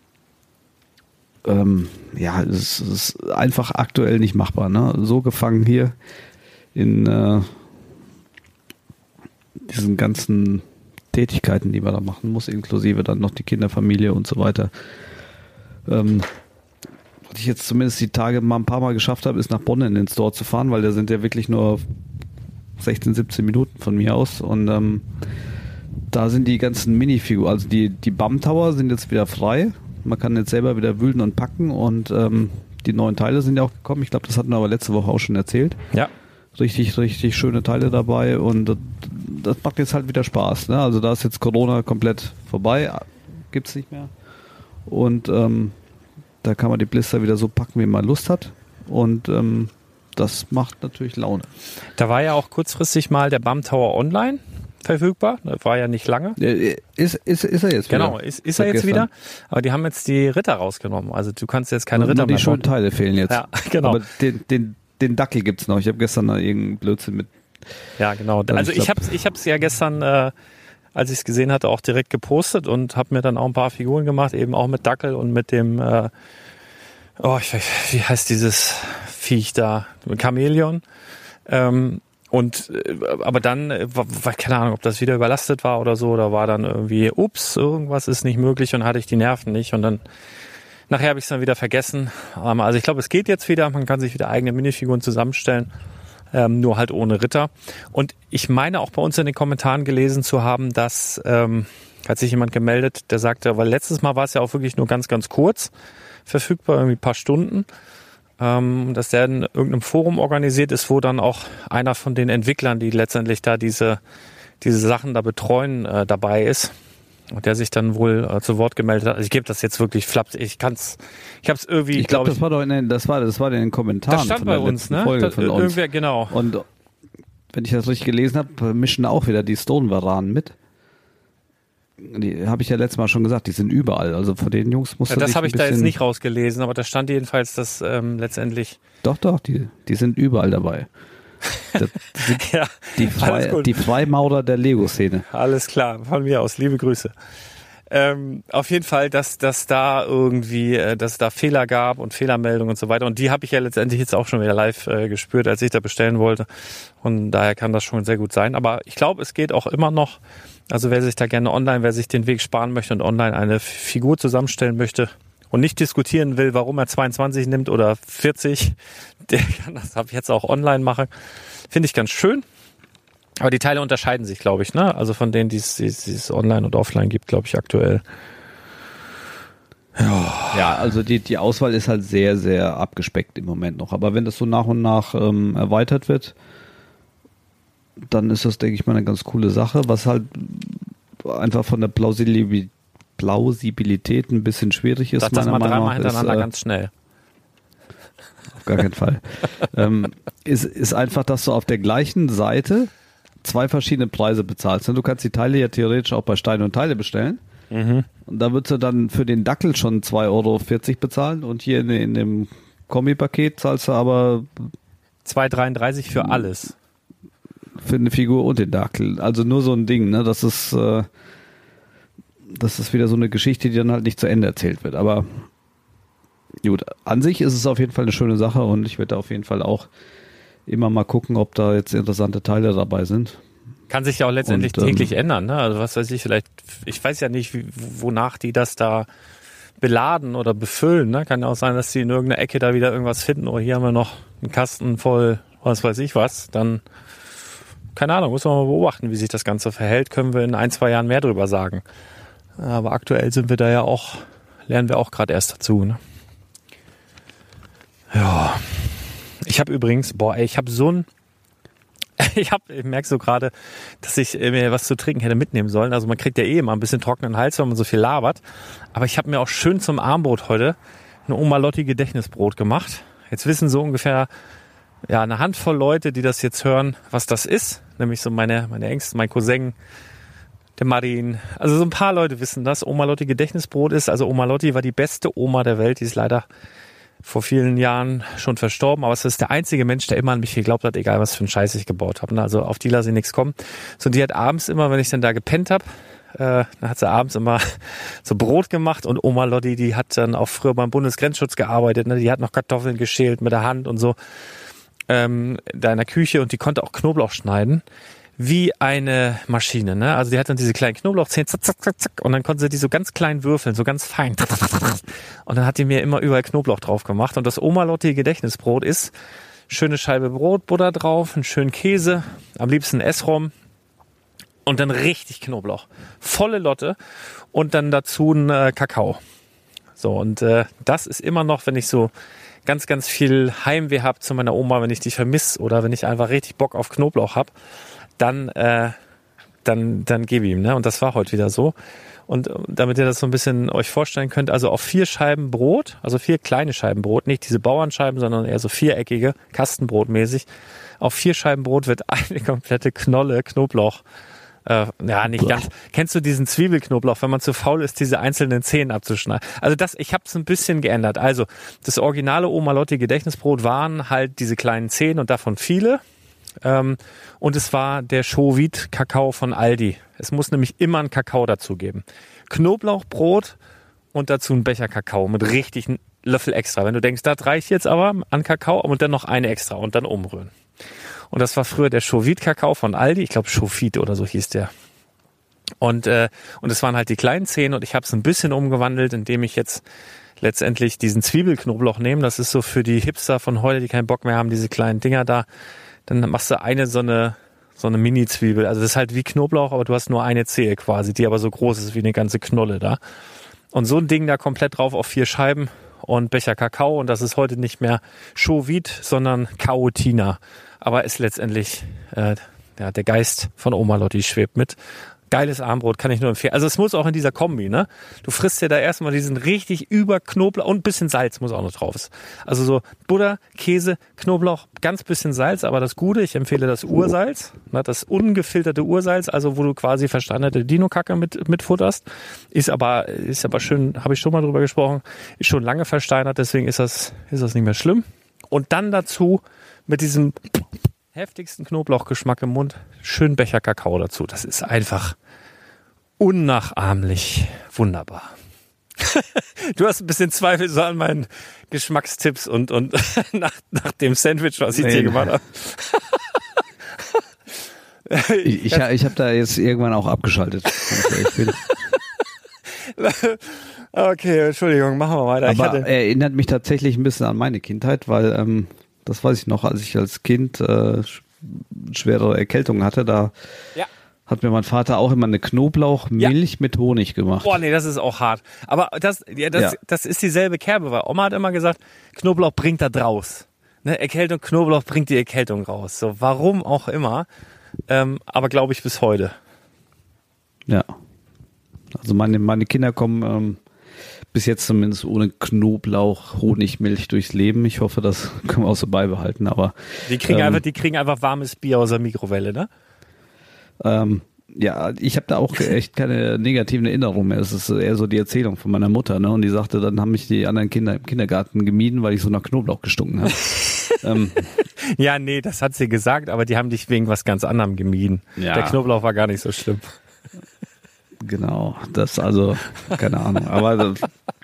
Ähm, ja, es ist einfach aktuell nicht machbar, ne? So gefangen hier in äh, diesen ganzen Tätigkeiten, die man da machen muss, inklusive dann noch die Kinderfamilie und so weiter. Ähm, was ich jetzt zumindest die Tage mal ein paar Mal geschafft habe, ist nach Bonn in den Store zu fahren, weil da sind ja wirklich nur sechzehn, siebzehn Minuten von mir aus und ähm, da sind die ganzen Minifiguren, also die, die B A M Tower sind jetzt wieder frei. Man kann jetzt selber wieder wühlen und packen und ähm, die neuen Teile sind ja auch gekommen. Ich glaube, das hatten wir aber letzte Woche auch schon erzählt. Ja. Richtig, richtig schöne Teile dabei und das macht jetzt halt wieder Spaß. Ne? Also da ist jetzt Corona komplett vorbei, gibt's nicht mehr. Und ähm, da kann man die Blister wieder so packen, wie man Lust hat. Und ähm, das macht natürlich Laune. Da war ja auch kurzfristig mal der B A M Tower Online verfügbar. Das war ja nicht lange. Ist, ist, ist er jetzt wieder? Genau, ist, ist er jetzt gestern. wieder. Aber die haben jetzt die Ritter rausgenommen. Also du kannst jetzt keine Also Ritter nur die mehr schönen bauen. Teile fehlen jetzt. Ja, genau. Aber den, den, den Dackel gibt's noch. Ich habe gestern da irgendeinen Blödsinn mit. Ja, genau. Also Also ich ich glaub- habe ich hab's ja gestern, äh, als ich es gesehen hatte, auch direkt gepostet und habe mir dann auch ein paar Figuren gemacht, eben auch mit Dackel und mit dem, äh, oh, ich weiß, wie heißt dieses Viech da? Chamäleon. Ähm, und äh, aber dann, äh, war, war, keine Ahnung, ob das wieder überlastet war oder so, oder war dann irgendwie, ups, irgendwas ist nicht möglich und hatte ich die Nerven nicht und dann nachher habe ich es dann wieder vergessen. Ähm, also ich glaube, es geht jetzt wieder, man kann sich wieder eigene Minifiguren zusammenstellen. Ähm, nur halt ohne Ritter. Und ich meine auch bei uns in den Kommentaren gelesen zu haben, dass, ähm, hat sich jemand gemeldet, der sagte, weil letztes Mal war es ja auch wirklich nur ganz, ganz kurz verfügbar, irgendwie ein paar Stunden, ähm, dass der in irgendeinem Forum organisiert ist, wo dann auch einer von den Entwicklern, die letztendlich da diese, diese Sachen da betreuen, äh, dabei ist. Und der sich dann wohl äh, zu Wort gemeldet hat. Also ich gebe das jetzt wirklich flapsig. Ich kann's, ich habe es irgendwie, Ich glaube, glaub das war doch in den, das war, das war in den Kommentaren. das stand von bei der uns, letzten ne? Folge Das, von uns. irgendwer, genau. Und wenn ich das richtig gelesen habe, mischen auch wieder die Stone-Varanen mit. Die habe ich ja letztes Mal schon gesagt, die sind überall. Also von den Jungs musst Ja, du das dich habe ein ich da jetzt bisschen- nicht rausgelesen, aber da stand jedenfalls, dass ähm, letztendlich Doch, doch, die, die sind überall dabei. Das sind ja, die, alles Frei, gut. die Freimaurer der Lego-Szene. Alles klar, von mir aus, liebe Grüße. Ähm, auf jeden Fall, dass, dass da irgendwie, äh, dass da Fehler gab und Fehlermeldungen und so weiter. Und die habe ich ja letztendlich jetzt auch schon wieder live äh, gespürt, als ich da bestellen wollte. Und daher kann das schon sehr gut sein. Aber ich glaube, es geht auch immer noch. Also wer sich da gerne online, wer sich den Weg sparen möchte und online eine Figur zusammenstellen möchte und nicht diskutieren will, warum er zweiundzwanzig nimmt oder vierzig, der kann das ab jetzt auch online machen. Finde ich ganz schön. Aber die Teile unterscheiden sich, glaube ich, ne? Also von denen, die es, die es online und offline gibt, glaube ich, aktuell. Ja, also die, die Auswahl ist halt sehr, sehr abgespeckt im Moment noch. Aber wenn das so nach und nach ähm, erweitert wird, dann ist das, denke ich mal, eine ganz coole Sache, was halt einfach von der Plausibilität, Plausibilität ein bisschen schwierig ist. Sag das meiner mal Meinung dreimal nach, hintereinander ist, äh, ganz schnell. auf gar keinen Fall. ähm, ist, ist einfach, dass du auf der gleichen Seite zwei verschiedene Preise bezahlst. Du kannst die Teile ja theoretisch auch bei Steine und Teile bestellen. Mhm. Und da würdest du dann für den Dackel schon zwei Euro vierzig bezahlen und hier in, in dem Kombi-Paket zahlst du aber zwei dreiunddreißig für alles. für eine Figur und den Dackel. Also nur so ein Ding, ne? Das ist, äh, das ist wieder so eine Geschichte, die dann halt nicht zu Ende erzählt wird. Aber gut, an sich ist es auf jeden Fall eine schöne Sache und ich werde auf jeden Fall auch immer mal gucken, ob da jetzt interessante Teile dabei sind. Kann sich ja auch letztendlich Und, ähm, täglich ändern, ne? Also was weiß ich, vielleicht, ich weiß ja nicht, wie, wonach die das da beladen oder befüllen, ne? Kann ja auch sein, dass die in irgendeiner Ecke da wieder irgendwas finden, oder hier haben wir noch einen Kasten voll, was weiß ich was, dann, keine Ahnung, muss man mal beobachten, wie sich das Ganze verhält, können wir in ein, zwei Jahren mehr drüber sagen. Aber aktuell sind wir da ja auch, lernen wir auch gerade erst dazu, ne? Ja. Ich habe übrigens, boah, ey, ich habe so ein, ich habe, ich merke so gerade, dass ich mir was zu trinken hätte mitnehmen sollen. Also man kriegt ja eh immer ein bisschen trockenen Hals, wenn man so viel labert. Aber ich habe mir auch schön zum Armbrot heute ein Oma Lotti Gedächtnisbrot gemacht. Jetzt wissen so ungefähr ja eine Handvoll Leute, die das jetzt hören, was das ist. Nämlich so meine meine Ängste, mein Cousin, der Marin. Also so ein paar Leute wissen das. Oma Lotti Gedächtnisbrot ist, also Oma Lotti war die beste Oma der Welt. Die ist leider vor vielen Jahren schon verstorben, aber es ist der einzige Mensch, der immer an mich geglaubt hat, egal was für einen Scheiß ich gebaut habe. Also auf die lasse ich nichts kommen. So, die hat abends immer, wenn ich dann da gepennt habe, äh, dann hat sie abends immer so Brot gemacht und Oma Lotti, die hat dann auch früher beim Bundesgrenzschutz gearbeitet, ne? Die hat noch Kartoffeln geschält mit der Hand und so ähm, da in der Küche und die konnte auch Knoblauch schneiden. Wie eine Maschine, ne? Also die hat dann diese kleinen Knoblauchzehen, zack, zack, zack, zack, und dann konnte sie die so ganz klein würfeln, so ganz fein. Und dann hat die mir immer überall Knoblauch drauf gemacht. Und das Oma Lotti Gedächtnisbrot ist schöne Scheibe Brot, Butter drauf, einen schönen Käse, am liebsten Essrom und dann richtig Knoblauch. Volle Lotte und dann dazu ein äh, Kakao. So, und äh, das ist immer noch, wenn ich so ganz, ganz viel Heimweh habe zu meiner Oma, wenn ich die vermisse oder wenn ich einfach richtig Bock auf Knoblauch habe, dann äh, dann, dann gib ihm, ne? Und das war heute wieder so. Und damit ihr das so ein bisschen euch vorstellen könnt, also auf vier Scheiben Brot, also vier kleine Scheiben Brot, nicht diese Bauernscheiben, sondern eher so viereckige, Kastenbrotmäßig. Auf vier Scheiben Brot wird eine komplette Knolle Knoblauch, äh, ja nicht ganz. Kennst du diesen Zwiebelknoblauch, wenn man zu faul ist, diese einzelnen Zehen abzuschneiden? Also das, ich habe es ein bisschen geändert. Also das originale Oma Lotti Gedächtnisbrot waren halt diese kleinen Zehen und davon viele. Ähm, und es war der Chaux-Vide Kakao von Aldi. Es muss nämlich immer einen Kakao dazu geben. Knoblauchbrot und dazu einen Becher Kakao mit richtig einem Löffel extra. Wenn du denkst, das reicht jetzt aber an Kakao und dann noch eine extra und dann umrühren. Und das war früher der Chaux-Vide Kakao von Aldi. Ich glaube Chaux-Vide oder so hieß der. Und äh, und es waren halt die kleinen Zehen und ich habe es ein bisschen umgewandelt, indem ich jetzt letztendlich diesen Zwiebelknoblauch nehme. Das ist so für die Hipster von heute, die keinen Bock mehr haben, diese kleinen Dinger da. Dann machst du eine so eine so eine Mini-Zwiebel. Also das ist halt wie Knoblauch, aber du hast nur eine Zehe quasi, die aber so groß ist wie eine ganze Knolle da. Und so ein Ding da komplett drauf auf vier Scheiben und Becher Kakao. Und das ist heute nicht mehr Chaux-Vide, sondern Caotina. Aber ist letztendlich äh, ja, der Geist von Oma Lotti schwebt mit. Geiles Armbrot, kann ich nur empfehlen. Also es muss auch in dieser Kombi, ne? Du frisst dir da erstmal diesen richtig über Knoblauch und ein bisschen Salz muss auch noch drauf. Also so Butter, Käse, Knoblauch, ganz bisschen Salz, aber das Gute, ich empfehle das Ursalz, ne? Das ungefilterte Ursalz, also wo du quasi versteinerte Dino-Kacke mit, mit futterst. Ist aber, ist aber schön, habe ich schon mal drüber gesprochen, ist schon lange versteinert, deswegen ist das, ist das nicht mehr schlimm. Und dann dazu mit diesem heftigsten Knoblauchgeschmack im Mund, schön Becher Kakao dazu. Das ist einfach unnachahmlich wunderbar. Du hast ein bisschen Zweifel so an meinen Geschmackstipps und, und nach, nach dem Sandwich, was ich nee. dir gemacht habe. ich ich, ich habe da jetzt irgendwann auch abgeschaltet, wenn ich ehrlich bin. Okay, Entschuldigung, machen wir weiter. Aber ich hatte erinnert mich tatsächlich ein bisschen an meine Kindheit, weil ähm, das weiß ich noch, als ich als Kind äh, schwere Erkältungen hatte, da ja. hat mir mein Vater auch immer eine Knoblauchmilch ja. mit Honig gemacht. Boah, nee, das ist auch hart. Aber das, ja, das, ja. das ist dieselbe Kerbe, weil Oma hat immer gesagt, Knoblauch bringt da draus. Ne, Erkältung, Knoblauch bringt die Erkältung raus. So, warum auch immer. Ähm, aber glaube ich bis heute. Ja. Also meine, meine Kinder kommen ähm, bis jetzt zumindest ohne Knoblauch, Honigmilch durchs Leben. Ich hoffe, das können wir auch so beibehalten. Aber die kriegen ähm, einfach, die kriegen einfach warmes Bier aus der Mikrowelle, ne? Ähm, ja, ich habe da auch echt keine negativen Erinnerungen mehr. Es ist eher so die Erzählung von meiner Mutter, ne? Und die sagte, dann haben mich die anderen Kinder im Kindergarten gemieden, weil ich so nach Knoblauch gestunken habe. ähm, ja, nee, das hat sie gesagt, aber die haben dich wegen was ganz anderem gemieden. Ja. Der Knoblauch war gar nicht so schlimm. Genau, das also, keine Ahnung, aber das,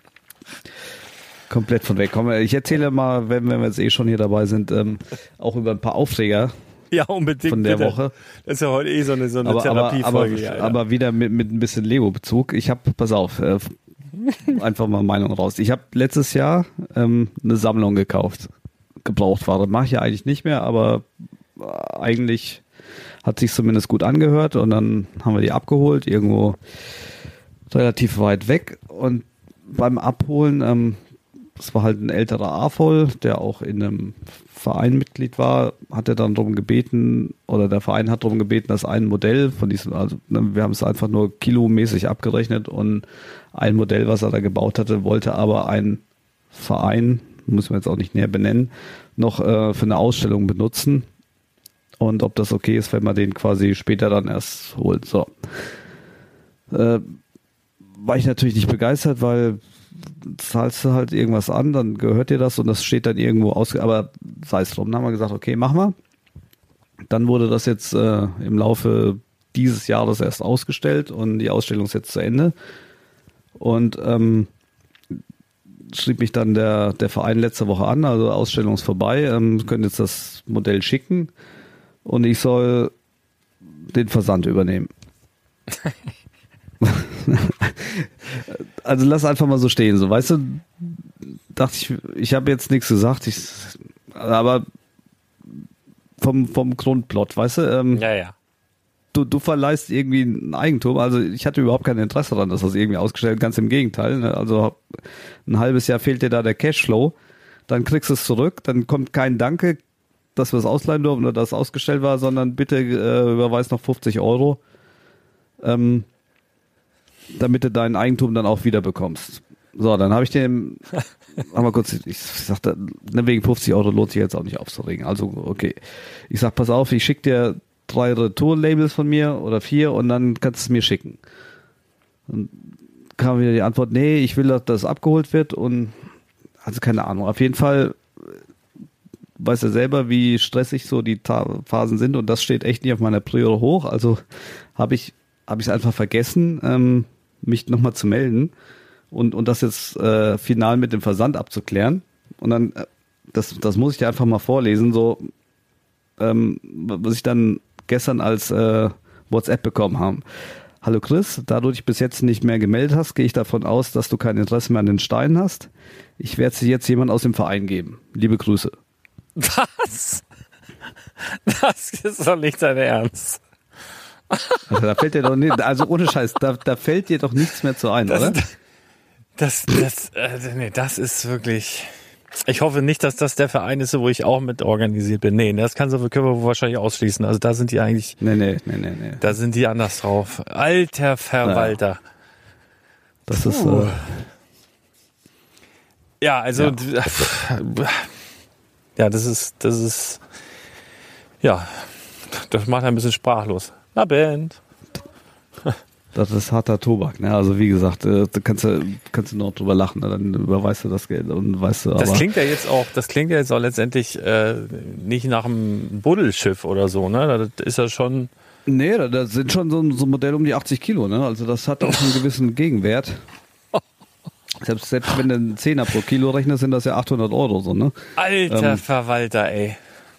komplett von weg. Komm, ich erzähle mal, wenn, wenn wir jetzt eh schon hier dabei sind, ähm, auch über ein paar Aufreger. Ja, unbedingt. Von der bitte. Woche. Das ist ja heute eh so eine, so eine aber, Therapiefolge. Aber, ja, aber, ja. aber wieder mit, mit ein bisschen Lego-Bezug. Ich habe, pass auf, äh, einfach mal Meinung raus. Ich habe letztes Jahr ähm, eine Sammlung gekauft. Gebrauchtware. Mache ich ja eigentlich nicht mehr, aber eigentlich hat sich zumindest gut angehört und dann haben wir die abgeholt, irgendwo relativ weit weg und beim Abholen, ähm, das war halt ein älterer A F O L, der auch in einem Verein Mitglied war, hat er dann darum gebeten, oder der Verein hat darum gebeten, dass ein Modell von diesem, also ne, wir haben es einfach nur kilomäßig abgerechnet und ein Modell, was er da gebaut hatte, wollte aber ein Verein, muss man jetzt auch nicht näher benennen, noch äh, für eine Ausstellung benutzen. Und ob das okay ist, wenn man den quasi später dann erst holt. So. Äh, war ich natürlich nicht begeistert, weil zahlst du halt irgendwas an, dann gehört dir das und das steht dann irgendwo aus. Aber sei es drum. Dann haben wir gesagt, okay, mach mal. Dann wurde das jetzt äh, im Laufe dieses Jahres erst ausgestellt und die Ausstellung ist jetzt zu Ende. Und ähm, schrieb mich dann der, der Verein letzte Woche an, also Ausstellung ist vorbei, ähm, können jetzt das Modell schicken. Und ich soll den Versand übernehmen. Also lass einfach mal so stehen, so, weißt du, dachte ich, ich habe jetzt nichts gesagt, ich, aber vom, vom Grundplot, weißt du, ähm, ja, ja. Du, du verleihst irgendwie ein Eigentum, also ich hatte überhaupt kein Interesse daran, dass das irgendwie ausgestellt, ganz im Gegenteil, ne? Also ein halbes Jahr fehlt dir da der Cashflow, dann kriegst du es zurück, dann kommt kein Danke, dass wir es ausleihen durften oder dass es ausgestellt war, sondern bitte äh, überweis noch fünfzig Euro. ähm, damit du dein Eigentum dann auch wieder bekommst. So, dann habe ich dem, aber kurz, ich sagte, wegen fünfzig Euro lohnt sich jetzt auch nicht aufzuregen. Also, okay. Ich sag, pass auf, ich schicke dir drei Retour-Labels von mir oder vier und dann kannst du es mir schicken. Dann kam wieder die Antwort, nee, ich will, dass das abgeholt wird und, also keine Ahnung. Auf jeden Fall weiß er selber, wie stressig so die Ta- Phasen sind und das steht echt nicht auf meiner Prior hoch. Also habe ich habe ich es einfach vergessen, ähm, mich nochmal zu melden und und das jetzt äh, final mit dem Versand abzuklären. Und dann, äh, das das muss ich dir einfach mal vorlesen, so ähm, was ich dann gestern als äh, WhatsApp bekommen habe. Hallo Chris, da du dich bis jetzt nicht mehr gemeldet hast, gehe ich davon aus, dass du kein Interesse mehr an den Steinen hast. Ich werde sie jetzt jemand aus dem Verein geben. Liebe Grüße. Was? Das ist doch nicht dein Ernst. Also da fällt dir doch nicht, also ohne Scheiß, da, da fällt dir doch nichts mehr zu ein, das, oder? Das, das, äh, nee, das ist wirklich. Ich hoffe nicht, dass das der Verein ist, wo ich auch mit organisiert bin. Nee, das kann so können wir wahrscheinlich ausschließen. Also da sind die eigentlich. Nee, nee, nee, nee, nee. Da sind die anders drauf. Alter Verwalter. Naja. Das ist. Äh, ja, also. Ja. Ja, das ist, das ist, ja, das macht ein bisschen sprachlos. Na, Band. Das ist harter Tobak, ne? Also wie gesagt, äh, da kannst du, kannst du noch drüber lachen, ne? Dann überweist du das Geld und weißt du, aber. Das klingt ja jetzt auch, das klingt ja jetzt auch letztendlich äh, nicht nach einem Buddelschiff oder so, ne? Das ist ja schon. Nee, da, da sind schon so, so ein Modell um die achtzig Kilo, ne? Also das hat auch einen gewissen Gegenwert. Selbst, selbst wenn du einen Zehner pro Kilo rechnest, sind das ja achthundert Euro, so, ne? Alter ähm, Verwalter, ey.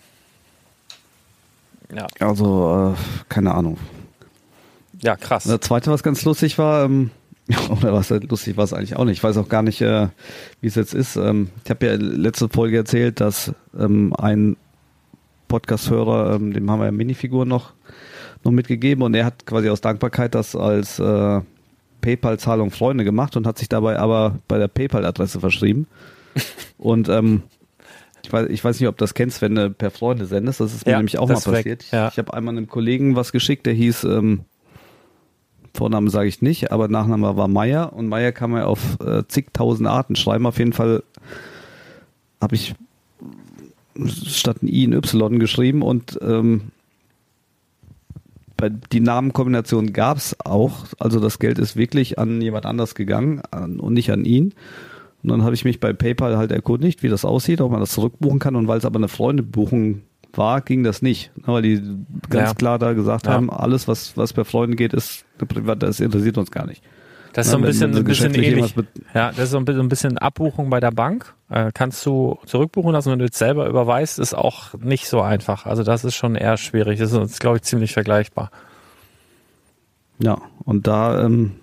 Ja. Also, äh, keine Ahnung. Ja, krass. Das zweite, was ganz lustig war, ähm, oder was lustig war es eigentlich auch nicht. Ich weiß auch gar nicht, äh, wie es jetzt ist. Ähm, ich habe ja letzte Folge erzählt, dass ähm, ein Podcast-Hörer, ähm, dem haben wir ja Minifiguren noch, noch mitgegeben und er hat quasi aus Dankbarkeit das als äh, PayPal-Zahlung Freunde gemacht und hat sich dabei aber bei der PayPal-Adresse verschrieben. Und ähm, ich weiß, ich weiß nicht, ob du das kennst, wenn du per Freunde sendest. Das ist mir ja, nämlich auch mal passiert. Weg, ja. Ich habe einmal einem Kollegen was geschickt, der hieß, ähm, Vornamen sage ich nicht, aber Nachname war Meier. Und Meier kann man auf äh, zigtausend Arten schreiben. Auf jeden Fall habe ich statt ein I ein Y geschrieben und ähm, die Namenkombination gab es auch, also das Geld ist wirklich an jemand anders gegangen an, und nicht an ihn. Und dann habe ich mich bei PayPal halt erkundigt, wie das aussieht, ob man das zurückbuchen kann. Und weil es aber eine Freundebuchung war, ging das nicht. Weil die ganz ja. klar da gesagt ja. haben, alles, was, was per Freunden geht, ist privat, das interessiert uns gar nicht. Das ist so ein bisschen, ein bisschen ähnlich. Mit, ja, das ist so ein bisschen, ein bisschen Abbuchung bei der Bank. Äh, kannst du zurückbuchen lassen, wenn du jetzt selber überweist, ist auch nicht so einfach. Also das ist schon eher schwierig. Das ist, glaube ich, ziemlich vergleichbar. Ja, und da, ähm,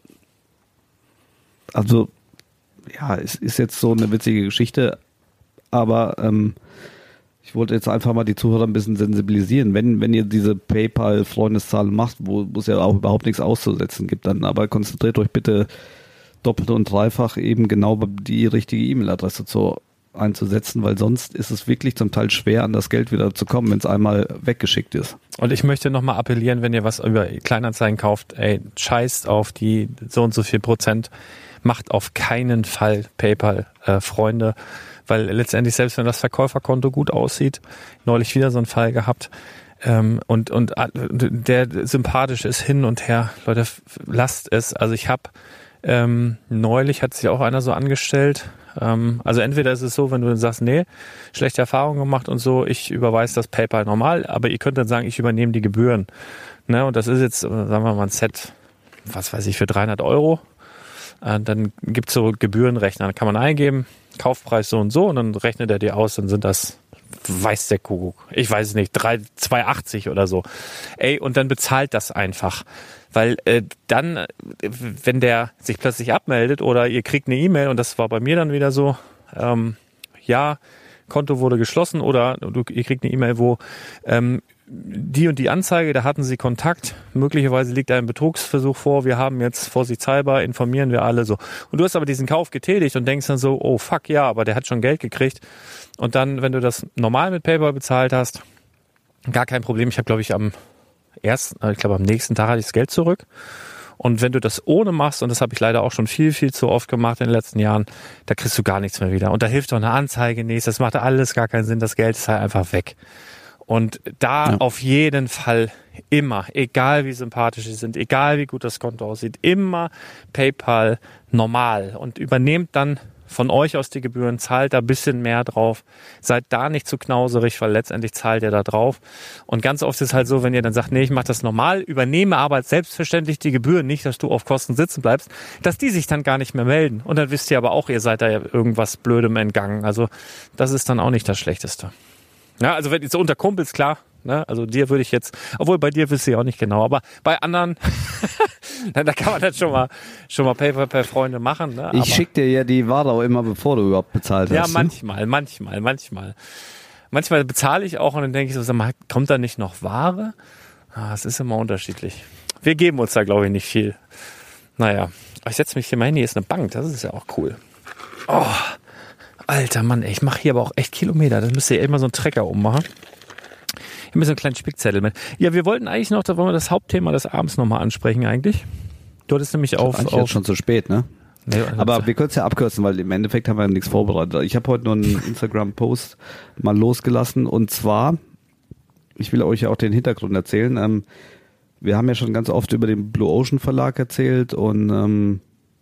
also, ja, es ist jetzt so eine witzige Geschichte, aber ähm, ich wollte jetzt einfach mal die Zuhörer ein bisschen sensibilisieren. Wenn, wenn ihr diese PayPal-Freundeszahlen macht, wo es ja auch überhaupt nichts auszusetzen gibt, dann aber konzentriert euch bitte doppelt und dreifach eben genau die richtige E-Mail-Adresse zu, einzusetzen, weil sonst ist es wirklich zum Teil schwer, an das Geld wieder zu kommen, wenn es einmal weggeschickt ist. Und ich möchte nochmal appellieren, wenn ihr was über Kleinanzeigen kauft, ey, scheißt auf die so und so viel Prozent, macht auf keinen Fall PayPal-Freunde, äh, weil letztendlich, selbst wenn das Verkäuferkonto gut aussieht, neulich wieder so einen Fall gehabt, ähm, und, und der sympathisch ist hin und her, Leute, lasst es. Also ich habe ähm, neulich hat sich auch einer so angestellt, ähm, also entweder ist es so, wenn du sagst, nee, schlechte Erfahrungen gemacht und so, ich überweise das PayPal normal, aber ihr könnt dann sagen, ich übernehme die Gebühren. Ne? Und das ist jetzt, sagen wir mal, ein Set, was weiß ich, für dreihundert Euro. Äh, dann gibt's so Gebührenrechner, da kann man eingeben, Kaufpreis so und so, und dann rechnet er dir aus, dann sind das, weiß der Kuckuck, ich weiß es nicht, drei, zwei achtzig oder so. Ey, und dann bezahlt das einfach. Weil äh, dann, wenn der sich plötzlich abmeldet oder ihr kriegt eine E-Mail, und das war bei mir dann wieder so, ähm, ja, Konto wurde geschlossen, oder du, ihr kriegt eine E-Mail, wo ähm, die und die Anzeige, da hatten sie Kontakt, möglicherweise liegt ein Betrugsversuch vor, wir haben jetzt vorsichtshalber, informieren wir alle so. Und du hast aber diesen Kauf getätigt und denkst dann so, oh fuck, ja, aber der hat schon Geld gekriegt. Und dann, wenn du das normal mit PayPal bezahlt hast, gar kein Problem. Ich habe, glaube ich, am erst, ich glaube am nächsten Tag hatte ich das Geld zurück. Und wenn du das ohne machst, und das habe ich leider auch schon viel, viel zu oft gemacht in den letzten Jahren, da kriegst du gar nichts mehr wieder. Und da hilft doch eine Anzeige nicht, das macht alles gar keinen Sinn, das Geld ist halt einfach weg. Und da ja. auf jeden Fall immer, egal wie sympathisch sie sind, egal wie gut das Konto aussieht, immer PayPal normal und übernehmt dann von euch aus die Gebühren, zahlt da ein bisschen mehr drauf. Seid da nicht zu knauserig, weil letztendlich zahlt ihr da drauf. Und ganz oft ist es halt so, wenn ihr dann sagt, nee, ich mache das normal, übernehme aber selbstverständlich die Gebühren, nicht, dass du auf Kosten sitzen bleibst, dass die sich dann gar nicht mehr melden. Und dann wisst ihr aber auch, ihr seid da ja irgendwas Blödem entgangen. Also das ist dann auch nicht das Schlechteste. Ja, also wenn jetzt so unter Kumpels, klar, ne, also dir würde ich jetzt, obwohl bei dir wisst ihr auch nicht genau, aber bei anderen, da kann man das schon mal, schon mal PayPal per Freunde machen. Ne? Ich schicke dir ja die Ware auch immer, bevor du überhaupt bezahlt hast. Ja, manchmal, manchmal, manchmal. Manchmal bezahle ich auch und dann denke ich so, sag mal, kommt da nicht noch Ware? Ah, es ist immer unterschiedlich. Wir geben uns da, glaube ich, nicht viel. Naja, ich setze mich hier mal hin, hier ist eine Bank, das ist ja auch cool. Oh, alter Mann, ey, ich mache hier aber auch echt Kilometer, das müsste ja immer so einen Trecker ummachen. Ich habe mir so einen kleinen Spickzettel mit. Ja, wir wollten eigentlich noch, da wollen wir das Hauptthema des Abends nochmal ansprechen eigentlich. Du hattest nämlich auf... Eigentlich auf jetzt schon zu spät, ne? Nee, aber wir können es ja abkürzen, weil im Endeffekt haben wir nichts vorbereitet. Ich habe heute nur einen Instagram-Post mal losgelassen und zwar, ich will euch ja auch den Hintergrund erzählen, ähm, wir haben ja schon ganz oft über den Blue Ocean Verlag erzählt und ähm,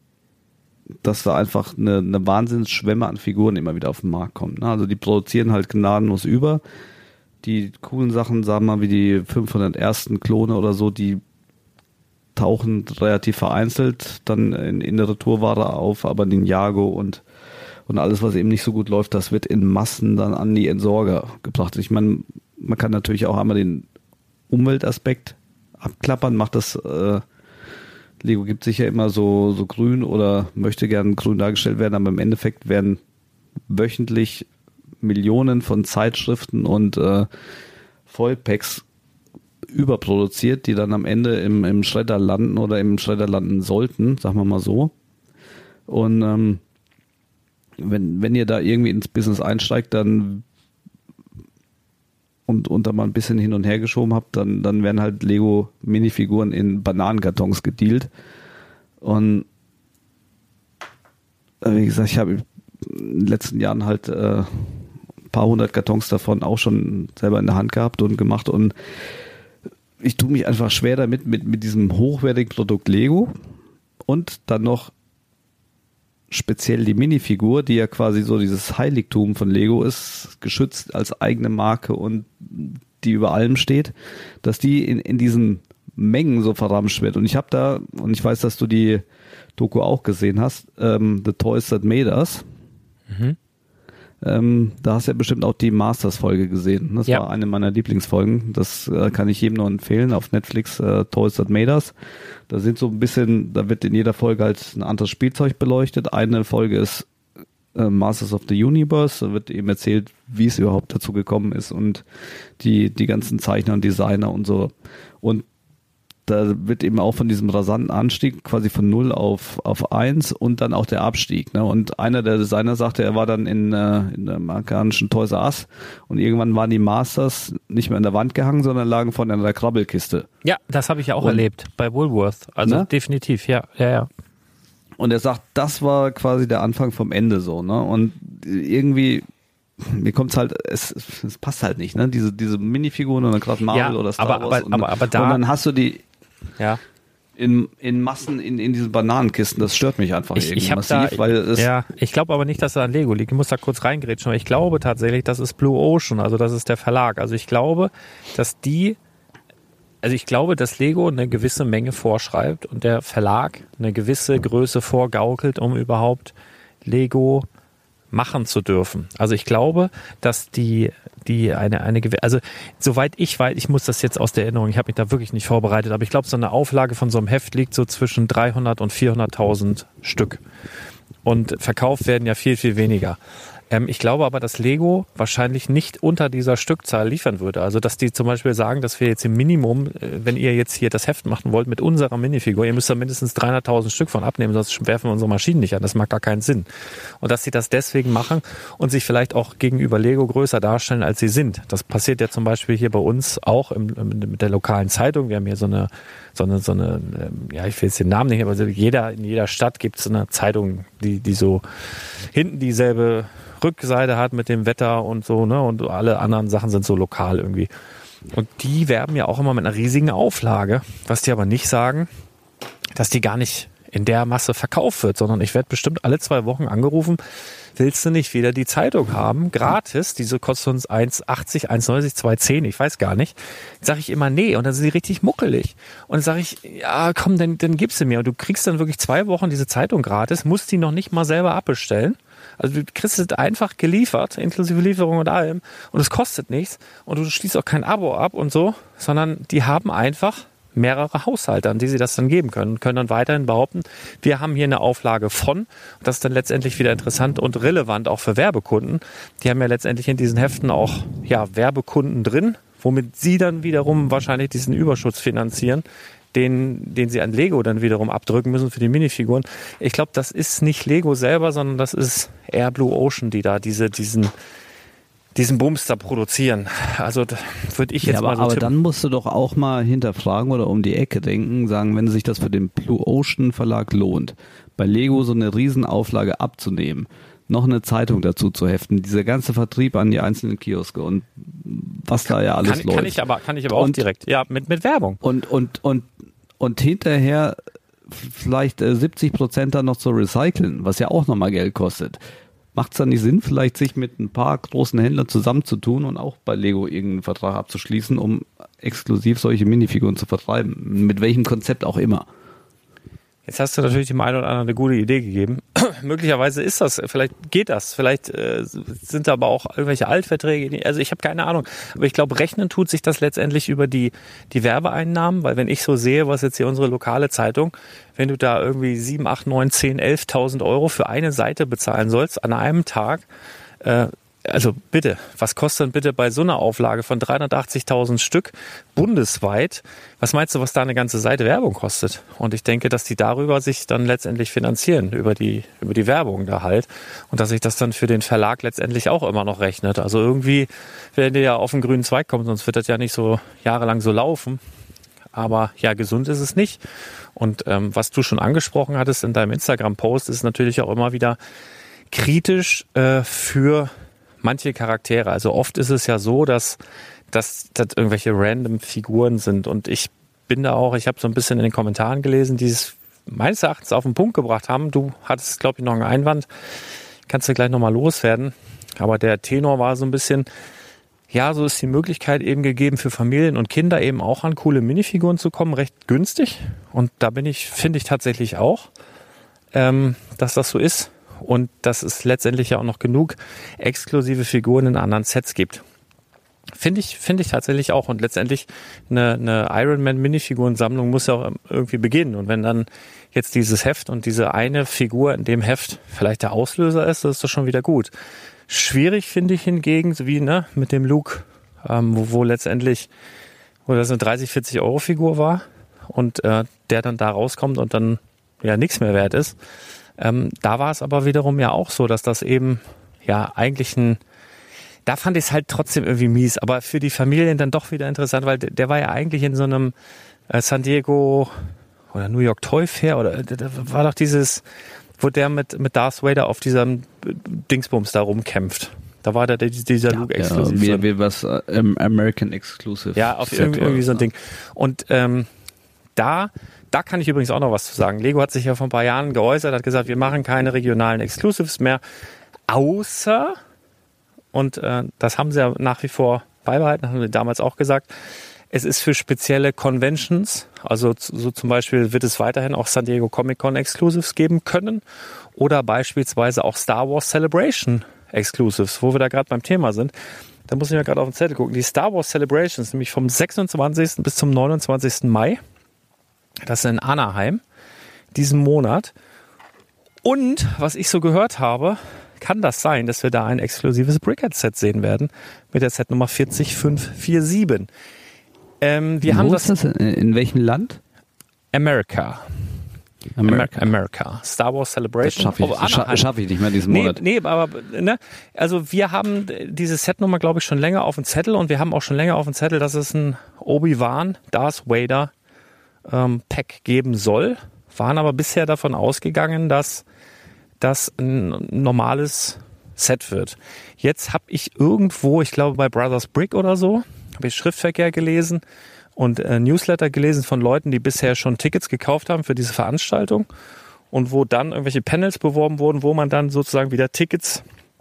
dass da einfach eine, eine Wahnsinnsschwemme an Figuren immer wieder auf den Markt kommt. Ne? Also die produzieren halt gnadenlos über. Die coolen Sachen, sagen wir mal, wie die fünfhundert ersten Klone oder so, die tauchen relativ vereinzelt dann in, in der Retourware auf, aber Ninjago und, und alles, was eben nicht so gut läuft, das wird in Massen dann an die Entsorger gebracht. Ich meine, man kann natürlich auch einmal den Umweltaspekt abklappern, macht das, äh, Lego gibt sich ja immer so, so grün oder möchte gern grün dargestellt werden, aber im Endeffekt werden wöchentlich Millionen von Zeitschriften und äh, Vollpacks überproduziert, die dann am Ende im, im Schredder landen oder im Schredder landen sollten, sagen wir mal so. Und ähm, wenn, wenn ihr da irgendwie ins Business einsteigt, dann und, und da mal ein bisschen hin und her geschoben habt, dann, dann werden halt Lego-Minifiguren in Bananenkartons gedealt. Und äh, wie gesagt, ich habe in den letzten Jahren halt äh, ein paar hundert Kartons davon auch schon selber in der Hand gehabt und gemacht und ich tue mich einfach schwer damit, mit, mit diesem hochwertigen Produkt Lego und dann noch speziell die Minifigur, die ja quasi so dieses Heiligtum von Lego ist, geschützt als eigene Marke und die über allem steht, dass die in, in diesen Mengen so verramscht wird. Und ich habe da, und ich weiß, dass du die Doku auch gesehen hast, ähm, The Toys That Made Us. Mhm. Ähm, da hast du ja bestimmt auch die Masters-Folge gesehen. Das ja. war eine meiner Lieblingsfolgen. Das äh, kann ich jedem nur empfehlen. Auf Netflix, äh, Toys That Made Us. Da sind so ein bisschen, da wird in jeder Folge halt ein anderes Spielzeug beleuchtet. Eine Folge ist äh, Masters of the Universe. Da wird eben erzählt, wie es überhaupt dazu gekommen ist und die, die ganzen Zeichner und Designer und so. Und da wird eben auch von diesem rasanten Anstieg quasi von null auf auf eins und dann auch der Abstieg. Ne? Und einer der Designer sagte, er war dann in, äh, in der amerikanischen Toys R Us und irgendwann waren die Masters nicht mehr an der Wand gehangen, sondern lagen von einer Krabbelkiste. Ja, das habe ich ja auch und, erlebt bei Woolworth. Also ne? Definitiv, ja, ja, ja. Und er sagt, das war quasi der Anfang vom Ende so. Ne? Und irgendwie mir kommt's halt, es, es passt halt nicht, ne? Diese diese Minifiguren oder gerade Marvel ja, oder Star aber, Wars. Aber, und, aber, aber da, und dann hast du die ja. in, in Massen in, in diesen Bananenkisten, das stört mich einfach ich, irgendwie ich massiv, da, weil es ja, ich glaube aber nicht, dass es an Lego liegt. Ich muss da kurz reingrätschen, aber ich glaube tatsächlich, das ist Blue Ocean, also das ist der Verlag. Also ich glaube, dass die, also ich glaube, dass Lego eine gewisse Menge vorschreibt und der Verlag eine gewisse Größe vorgaukelt, um überhaupt Lego machen zu dürfen. Also ich glaube, dass die die eine eine also soweit ich weiß, ich muss das jetzt aus der Erinnerung, ich habe mich da wirklich nicht vorbereitet, aber ich glaube, so eine Auflage von so einem Heft liegt so zwischen dreihundert und vierhunderttausend Stück und verkauft werden ja viel viel weniger. Ähm, ich glaube aber, dass Lego wahrscheinlich nicht unter dieser Stückzahl liefern würde. Also dass die zum Beispiel sagen, dass wir jetzt im Minimum, äh, wenn ihr jetzt hier das Heft machen wollt mit unserer Minifigur, ihr müsst da mindestens dreihunderttausend Stück von abnehmen, sonst werfen wir unsere Maschinen nicht an. Das macht gar keinen Sinn. Und dass sie das deswegen machen und sich vielleicht auch gegenüber Lego größer darstellen, als sie sind. Das passiert ja zum Beispiel hier bei uns auch im, im, mit der lokalen Zeitung. Wir haben hier so eine, so eine, so eine, ja, ich will jetzt den Namen nicht, aber jeder, in jeder Stadt gibt es eine Zeitung, die, die so hinten dieselbe Rückseite hat mit dem Wetter und so, ne, und alle anderen Sachen sind so lokal irgendwie. Und die werben ja auch immer mit einer riesigen Auflage, was die aber nicht sagen, dass die gar nicht in der Masse verkauft wird, sondern ich werde bestimmt alle zwei Wochen angerufen, willst du nicht wieder die Zeitung haben, gratis, diese kostet uns eins achtzig, eins neunzig, zwei zehn, ich weiß gar nicht. Dann sage ich immer nee und dann sind die richtig muckelig. Und dann sage ich, ja komm, dann, dann gib sie mir. Und du kriegst dann wirklich zwei Wochen diese Zeitung gratis, musst die noch nicht mal selber abbestellen. Also du kriegst es einfach geliefert, inklusive Lieferung und allem. Und es kostet nichts. Und du schließt auch kein Abo ab und so, sondern die haben einfach mehrere Haushalte, an die sie das dann geben können und können dann weiterhin behaupten, wir haben hier eine Auflage von. Das ist dann letztendlich wieder interessant und relevant auch für Werbekunden. Die haben ja letztendlich in diesen Heften auch ja, Werbekunden drin, womit sie dann wiederum wahrscheinlich diesen Überschuss finanzieren, den, den sie an Lego dann wiederum abdrücken müssen für die Minifiguren. Ich glaube, das ist nicht Lego selber, sondern das ist eher Blue Ocean, die da diese, diesen diesen Bums da produzieren. Also würde ich jetzt ja, aber, mal so aber tippen. dann musst du doch auch mal hinterfragen oder um die Ecke denken, sagen, wenn sich das für den Blue Ocean Verlag lohnt, bei Lego so eine Riesenauflage abzunehmen, noch eine Zeitung dazu zu heften, dieser ganze Vertrieb an die einzelnen Kioske und was da ja alles kann, läuft. Kann ich aber, kann ich aber auch und, direkt, ja, mit, mit Werbung. Und, und, und, und hinterher vielleicht äh, siebzig Prozent dann noch zu recyceln, was ja auch nochmal Geld kostet. Macht es dann nicht Sinn, vielleicht sich mit ein paar großen Händlern zusammenzutun und auch bei Lego irgendeinen Vertrag abzuschließen, um exklusiv solche Minifiguren zu vertreiben? Mit welchem Konzept auch immer. Jetzt hast du natürlich dem einen oder anderen eine gute Idee gegeben. Möglicherweise ist das, vielleicht geht das, vielleicht äh, sind da aber auch irgendwelche Altverträge, also ich habe keine Ahnung. Aber ich glaube, rechnen tut sich das letztendlich über die, die Werbeeinnahmen, weil wenn ich so sehe, was jetzt hier unsere lokale Zeitung, wenn du da irgendwie sieben, acht, neun, zehn, elftausend Euro für eine Seite bezahlen sollst an einem Tag, äh, also bitte, was kostet denn bitte bei so einer Auflage von dreihundertachtzigtausend Stück bundesweit? Was meinst du, was da eine ganze Seite Werbung kostet? Und ich denke, dass die darüber sich dann letztendlich finanzieren, über die, über die Werbung da halt. Und dass sich das dann für den Verlag letztendlich auch immer noch rechnet. Also irgendwie werden die ja auf den grünen Zweig kommen, sonst wird das ja nicht so jahrelang so laufen. Aber ja, gesund ist es nicht. Und ähm, was du schon angesprochen hattest in deinem Instagram-Post, ist natürlich auch immer wieder kritisch äh, für manche Charaktere. Also oft ist es ja so, dass das irgendwelche random Figuren sind. Und ich bin da auch, ich habe so ein bisschen in den Kommentaren gelesen, die es meines Erachtens auf den Punkt gebracht haben. Du hattest, glaube ich, noch einen Einwand. Kannst du gleich nochmal loswerden. Aber der Tenor war so ein bisschen, ja, so ist die Möglichkeit eben gegeben für Familien und Kinder eben auch an coole Minifiguren zu kommen, recht günstig. Und da bin ich, finde ich tatsächlich auch, ähm, dass das so ist. Und dass es letztendlich ja auch noch genug exklusive Figuren in anderen Sets gibt. Finde ich, finde ich tatsächlich auch. Und letztendlich eine, eine Iron Man Minifigurensammlung muss ja auch irgendwie beginnen. Und wenn dann jetzt dieses Heft und diese eine Figur in dem Heft vielleicht der Auslöser ist, das ist doch schon wieder gut. Schwierig finde ich hingegen, so wie ne, mit dem Luke, ähm, wo, wo letztendlich, wo das eine dreißig, vierzig Euro Figur war und äh, der dann da rauskommt und dann ja nichts mehr wert ist. Ähm, da war es aber wiederum ja auch so, dass das eben ja eigentlich ein, da fand ich es halt trotzdem irgendwie mies, aber für die Familien dann doch wieder interessant, weil der, der war ja eigentlich in so einem äh, San Diego oder New York Toy Fair oder da war doch dieses, wo der mit, mit Darth Vader auf diesem Dingsbums da rumkämpft. Da war da dieser ja, Luke Exclusive. Ja, wie, wie was uh, American Exclusive. Ja, auf irgendwie, irgendwie so ein Ding. Und ähm, da Da kann ich übrigens auch noch was zu sagen. Lego hat sich ja vor ein paar Jahren geäußert, hat gesagt, wir machen keine regionalen Exclusives mehr, außer, und äh, das haben sie ja nach wie vor beibehalten, haben sie damals auch gesagt, es ist für spezielle Conventions, also so zum Beispiel wird es weiterhin auch San Diego Comic Con Exclusives geben können oder beispielsweise auch Star Wars Celebration Exclusives, wo wir da gerade beim Thema sind. Da muss ich ja gerade auf den Zettel gucken. Die Star Wars Celebrations, nämlich vom sechsundzwanzigsten bis zum neunundzwanzigsten Mai. Das ist in Anaheim, diesen Monat. Und was ich so gehört habe, kann das sein, dass wir da ein exklusives Brickhead-Set sehen werden mit der Setnummer vier null fünf vier sieben. Ähm, wir Wo haben ist das, das? In welchem Land? America. America. America. Star Wars Das Celebration. schaffe ich, Oh, das scha- Anaheim. schaff ich nicht mehr diesen Nee, Monat. nee, aber ne, also wir haben diese Setnummer, glaube ich, schon länger auf dem Zettel und wir haben auch schon länger auf dem Zettel, dass es ein Obi-Wan, Darth Vader ähm, Pack geben soll. Waren aber bisher davon ausgegangen, dass das ein normales Set wird. Jetzt habe ich irgendwo, ich glaube bei Brothers Brick oder so, habe ich Schriftverkehr gelesen und äh, Newsletter gelesen von Leuten, die bisher schon Tickets gekauft haben für diese Veranstaltung und wo dann irgendwelche Panels beworben wurden, wo man dann sozusagen wieder Tickets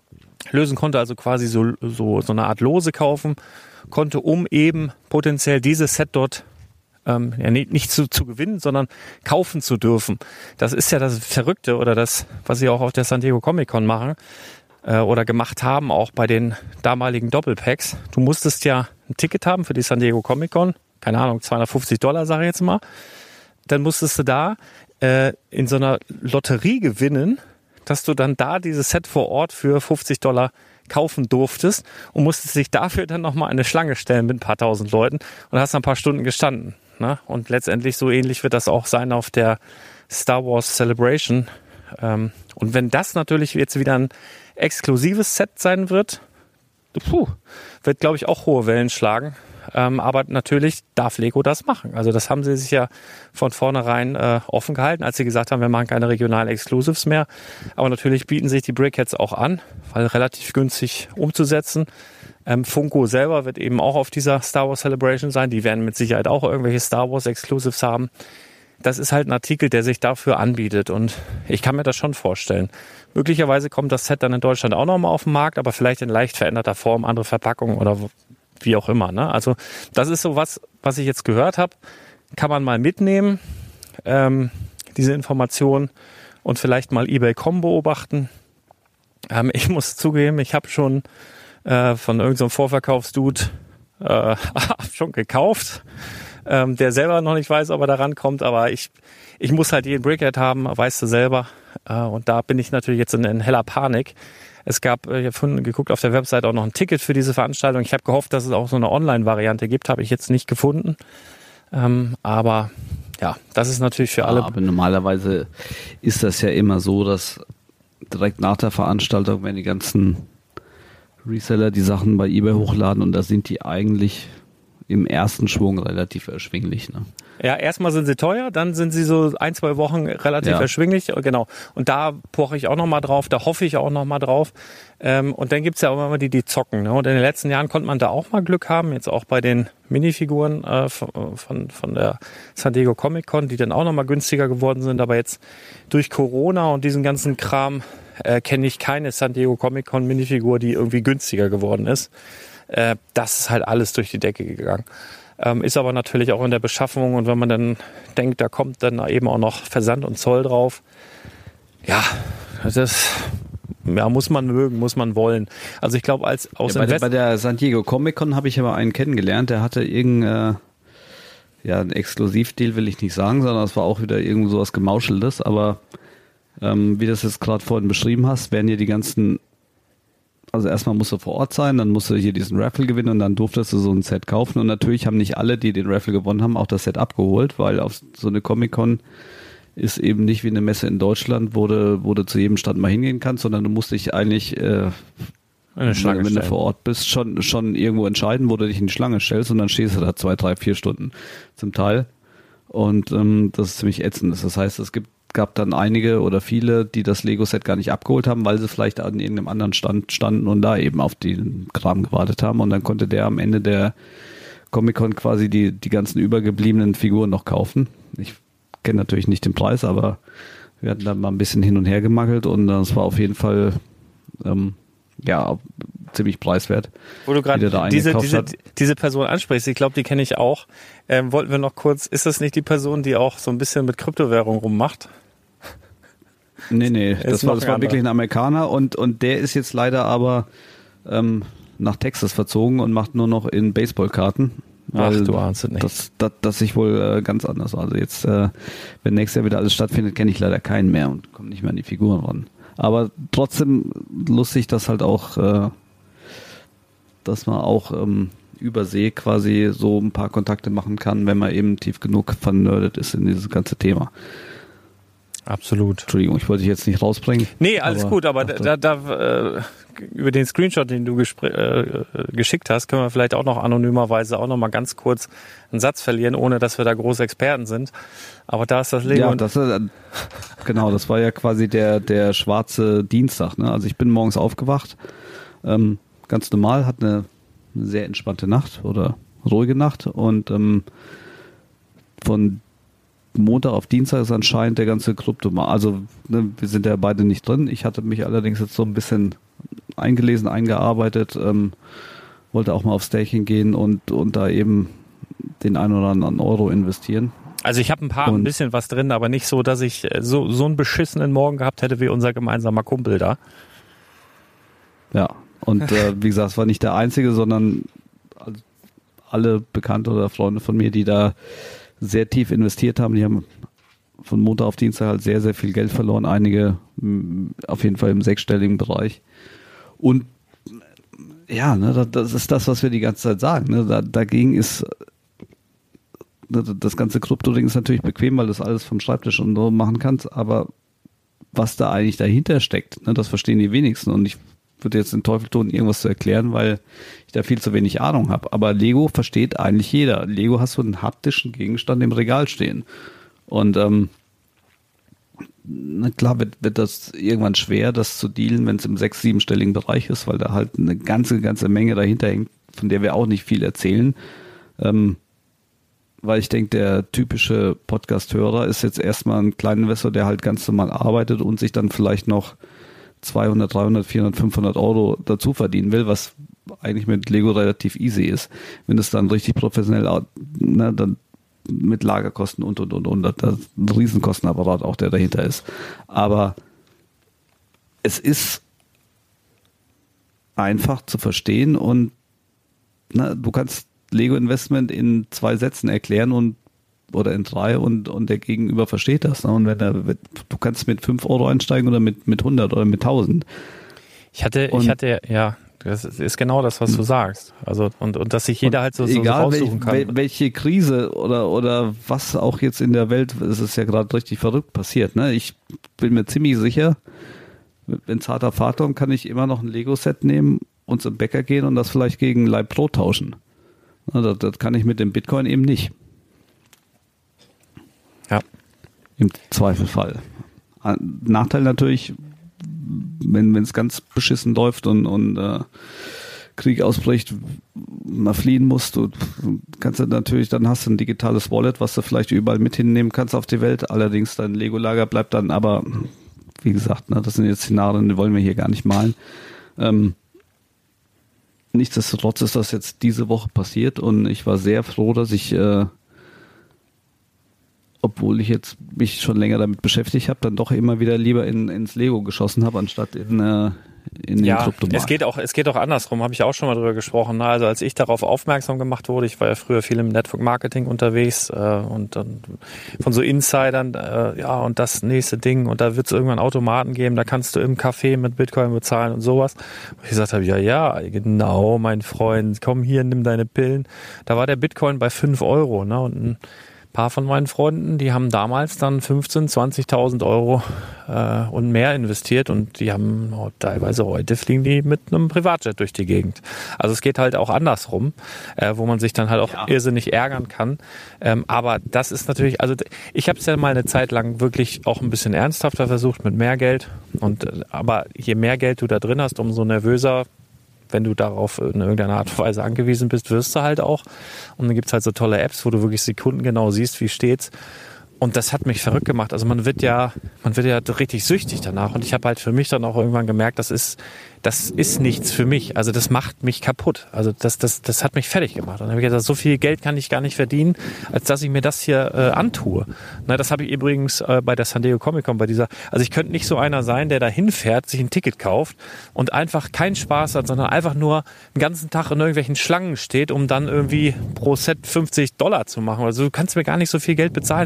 lösen konnte, also quasi so, so, so eine Art Lose kaufen konnte, um eben potenziell dieses Set dort ähm, ja, nicht, nicht zu, zu gewinnen, sondern kaufen zu dürfen. Das ist ja das Verrückte oder das, was sie auch auf der San Diego Comic Con machen äh, oder gemacht haben, auch bei den damaligen Doppelpacks. Du musstest ja ein Ticket haben für die San Diego Comic Con, keine Ahnung, zweihundertfünfzig Dollar, sage ich jetzt mal. Dann musstest du da äh, in so einer Lotterie gewinnen, dass du dann da dieses Set vor Ort für fünfzig Dollar kaufen durftest und musstest dich dafür dann nochmal eine Schlange stellen mit ein paar tausend Leuten und hast ein paar Stunden gestanden. Ne? Und letztendlich so ähnlich wird das auch sein auf der Star Wars Celebration. Ähm, und wenn das natürlich jetzt wieder ein exklusives Set sein wird, puh, wird, glaube ich, auch hohe Wellen schlagen. Ähm, aber natürlich darf Lego das machen. Also das haben sie sich ja von vornherein äh, offen gehalten, als sie gesagt haben, wir machen keine regionalen Exclusives mehr. Aber natürlich bieten sich die Brickheads auch an, weil relativ günstig umzusetzen. Ähm, Funko selber wird eben auch auf dieser Star Wars Celebration sein. Die werden mit Sicherheit auch irgendwelche Star Wars Exclusives haben. Das ist halt ein Artikel, der sich dafür anbietet und ich kann mir das schon vorstellen. Möglicherweise kommt das Set dann in Deutschland auch nochmal auf den Markt, aber vielleicht in leicht veränderter Form, andere Verpackung oder wie auch immer. Ne? Also das ist so was, was ich jetzt gehört habe, kann man mal mitnehmen, ähm, diese Information und vielleicht mal eBay Punkt com beobachten. Ähm, ich muss zugeben, ich habe schon äh, von irgendeinem Vorverkaufsdude äh, schon gekauft, ähm, der selber noch nicht weiß, ob er da rankommt, aber ich, ich muss halt jeden Brickhead haben, weißt du selber. Äh, und da bin ich natürlich jetzt in, in heller Panik. Es gab, ich habe vorhin geguckt auf der Website, auch noch ein Ticket für diese Veranstaltung. Ich habe gehofft, dass es auch so eine Online-Variante gibt, habe ich jetzt nicht gefunden. Ähm, aber ja, das ist natürlich für alle. Ja, aber normalerweise ist das ja immer so, dass direkt nach der Veranstaltung, wenn die ganzen Reseller die Sachen bei eBay hochladen und da sind die eigentlich im ersten Schwung relativ erschwinglich. Ne? Ja, erstmal sind sie teuer, dann sind sie so ein, zwei Wochen relativ Ja. erschwinglich. Genau. Und da poche ich auch nochmal drauf, da hoffe ich auch nochmal drauf. Ähm, und dann gibt's ja auch immer die, die zocken. Ne? Und in den letzten Jahren konnte man da auch mal Glück haben, jetzt auch bei den Minifiguren äh, von, von, von der San Diego Comic Con, die dann auch nochmal günstiger geworden sind. Aber jetzt durch Corona und diesen ganzen Kram äh, kenne ich keine San Diego Comic Con Minifigur, die irgendwie günstiger geworden ist. Äh, das ist halt alles durch die Decke gegangen. Ähm, ist aber natürlich auch in der Beschaffung und wenn man dann denkt, da kommt dann eben auch noch Versand und Zoll drauf. Ja, das ja, muss man mögen, muss man wollen. Also ich glaube, als aus Ja, bei, der, Invest- bei der San Diego Comic Con habe ich aber einen kennengelernt, der hatte irgendein äh, ja, ein Exklusivdeal, will ich nicht sagen, sondern es war auch wieder irgend sowas Gemauscheltes, aber ähm, wie du das jetzt gerade vorhin beschrieben hast, werden hier die ganzen, also erstmal musst du vor Ort sein, dann musst du hier diesen Raffle gewinnen und dann durftest du so ein Set kaufen und natürlich haben nicht alle, die den Raffle gewonnen haben, auch das Set abgeholt, weil auf so eine Comic-Con ist eben nicht wie eine Messe in Deutschland, wo du, wo du zu jedem Stand mal hingehen kannst, sondern du musst dich eigentlich, äh, eine Schlange wenn du stellen. vor Ort bist, schon, schon irgendwo entscheiden, wo du dich in die Schlange stellst und dann stehst du da zwei, drei, vier Stunden zum Teil und ähm, das ist ziemlich ätzend. Das heißt, es gibt gab dann einige oder viele, die das Lego-Set gar nicht abgeholt haben, weil sie vielleicht an irgendeinem anderen Stand standen und da eben auf den Kram gewartet haben und dann konnte der am Ende der Comic-Con quasi die, die ganzen übergebliebenen Figuren noch kaufen. Ich kenne natürlich nicht den Preis, aber wir hatten da mal ein bisschen hin und her gemackelt und das war auf jeden Fall ähm, ja ziemlich preiswert. Wo du die der gerade da diese, eingekauft diese, hat. diese Person ansprichst, ich glaube, die kenne ich auch. Ähm, wollten wir noch kurz, ist das nicht die Person, die auch so ein bisschen mit Kryptowährung rummacht? Nee, nee, Ist das noch war, das ein war anderer. wirklich ein Amerikaner und, und der ist jetzt leider aber ähm, nach Texas verzogen und macht nur noch in Baseballkarten. Ach, Weil du ahnst es nicht. Das, das, das sich wohl äh, ganz anders war. Also jetzt, äh, wenn nächstes Jahr wieder alles stattfindet, kenne ich leider keinen mehr und komme nicht mehr an die Figuren ran. Aber trotzdem lustig, dass halt auch, äh, dass man auch ähm, über See quasi so ein paar Kontakte machen kann, wenn man eben tief genug vernördet ist in dieses ganze Thema. Absolut. Entschuldigung, ich wollte dich jetzt nicht rausbringen. Nee, alles aber gut, aber dachte, da, da äh, über den Screenshot, den du gespr- äh, geschickt hast, können wir vielleicht auch noch anonymerweise auch noch mal ganz kurz einen Satz verlieren, ohne dass wir da große Experten sind. Aber da ist das Lego. Ja, das, äh, genau, das war ja quasi der, der schwarze Dienstag. Ne? Also ich bin morgens aufgewacht, ähm, ganz normal, hatte eine, eine sehr entspannte Nacht oder ruhige Nacht und ähm, von Montag auf Dienstag ist anscheinend der ganze Krypto mal. Also ne, wir sind ja beide nicht drin. Ich hatte mich allerdings jetzt so ein bisschen eingelesen, eingearbeitet, ähm, wollte auch mal auf Staking gehen und, und da eben den ein oder anderen Euro investieren. Also ich habe ein paar, und, ein bisschen was drin, aber nicht so, dass ich so, so einen beschissenen Morgen gehabt hätte wie unser gemeinsamer Kumpel da. Ja, und äh, wie gesagt, es war nicht der einzige, sondern alle Bekannte oder Freunde von mir, die da sehr tief investiert haben, die haben von Montag auf Dienstag halt sehr, sehr viel Geld verloren, einige mh, auf jeden Fall im sechsstelligen Bereich. Und ja, ne, das ist das, was wir die ganze Zeit sagen. Ne, da, dagegen ist das ganze Krypto-Ding ist natürlich bequem, weil du das alles vom Schreibtisch und so machen kannst, aber was da eigentlich dahinter steckt, ne, das verstehen die wenigsten und ich würde jetzt den Teufel tun, irgendwas zu erklären, weil ich da viel zu wenig Ahnung habe. Aber Lego versteht eigentlich jeder. Lego hast so einen haptischen Gegenstand im Regal stehen. Und ähm, na klar wird, wird das irgendwann schwer, das zu dealen, wenn es im sechs-, siebenstelligen Bereich ist, weil da halt eine ganze, ganze Menge dahinter hängt, von der wir auch nicht viel erzählen. Ähm, weil ich denke, der typische Podcast-Hörer ist jetzt erstmal ein Kleininvestor, der halt ganz normal arbeitet und sich dann vielleicht noch zweihundert, dreihundert, vierhundert, fünfhundert Euro dazu verdienen will, was eigentlich mit Lego relativ easy ist. Wenn es dann richtig professionell, ne, dann mit Lagerkosten und, und, und, und, da ist ein Riesenkostenapparat auch, der dahinter ist. Aber es ist einfach zu verstehen und ne, du kannst Lego Investment in zwei Sätzen erklären und oder in drei und, und der Gegenüber versteht das. Ne? Und wenn er, du kannst mit fünf Euro einsteigen oder mit, mit hundert oder mit tausend. Ich hatte, und ich hatte, ja, das ist genau das, was du sagst. Also, und, und dass sich jeder halt so, so, so raussuchen kann. Egal welche Krise oder, oder was auch jetzt in der Welt, es ist ja gerade richtig verrückt passiert. Ne? Ich bin mir ziemlich sicher, wenn es harter Fahrt kommt, kann ich immer noch ein Lego-Set nehmen und zum Bäcker gehen und das vielleicht gegen Leib Pro tauschen. Ne? Das, das kann ich mit dem Bitcoin eben nicht. Ja. Im Zweifelfall. Nachteil natürlich, wenn wenn es ganz beschissen läuft und, und äh, Krieg ausbricht, mal fliehen musst, du kannst du natürlich, dann hast du ein digitales Wallet, was du vielleicht überall mit hinnehmen kannst auf die Welt. Allerdings dein Lego-Lager bleibt dann aber, wie gesagt, ne, das sind jetzt Szenarien, die wollen wir hier gar nicht malen. Ähm, nichtsdestotrotz ist das jetzt diese Woche passiert und ich war sehr froh, dass ich äh, obwohl ich jetzt mich schon länger damit beschäftigt habe, dann doch immer wieder lieber in, ins Lego geschossen habe, anstatt in, äh, in den ja, Kryptomarkt. Es geht auch, es geht auch andersrum, habe ich auch schon mal drüber gesprochen. Also als ich darauf aufmerksam gemacht wurde, ich war ja früher viel im Network Marketing unterwegs äh, und dann von so Insidern, äh, ja und das nächste Ding und da wird es irgendwann Automaten geben, da kannst du im Café mit Bitcoin bezahlen und sowas. Und ich gesagt habe, ja, ja, genau, mein Freund, komm hier, nimm deine Pillen. Da war der Bitcoin bei fünf Euro, ne, und ein paar von meinen Freunden, die haben damals dann fünfzehntausend, zwanzigtausend Euro äh, und mehr investiert und die haben oh, teilweise heute fliegen die mit einem Privatjet durch die Gegend. Also es geht halt auch andersrum, äh, wo man sich dann halt auch ja. irrsinnig ärgern kann. Ähm, aber das ist natürlich, also ich habe es ja mal eine Zeit lang wirklich auch ein bisschen ernsthafter versucht mit mehr Geld. Und äh, aber je mehr Geld du da drin hast, umso nervöser, wenn du darauf in irgendeiner Art und Weise angewiesen bist, wirst du halt auch. Und dann gibt es halt so tolle Apps, wo du wirklich sekundengenau siehst, wie steht's. Und das hat mich verrückt gemacht. Also man wird ja, man wird ja richtig süchtig danach. Und ich habe halt für mich dann auch irgendwann gemerkt, das ist, das ist nichts für mich. Also das macht mich kaputt. Also das, das, das hat mich fertig gemacht. Und dann habe ich gesagt, so viel Geld kann ich gar nicht verdienen, als dass ich mir das hier äh, antue. Na, das habe ich übrigens äh, bei der San Diego Comic Con, bei dieser, also ich könnte nicht so einer sein, der da hinfährt, sich ein Ticket kauft und einfach keinen Spaß hat, sondern einfach nur den ganzen Tag in irgendwelchen Schlangen steht, um dann irgendwie pro Set fünfzig Dollar zu machen. Also du kannst mir gar nicht so viel Geld bezahlen, dass ich mir da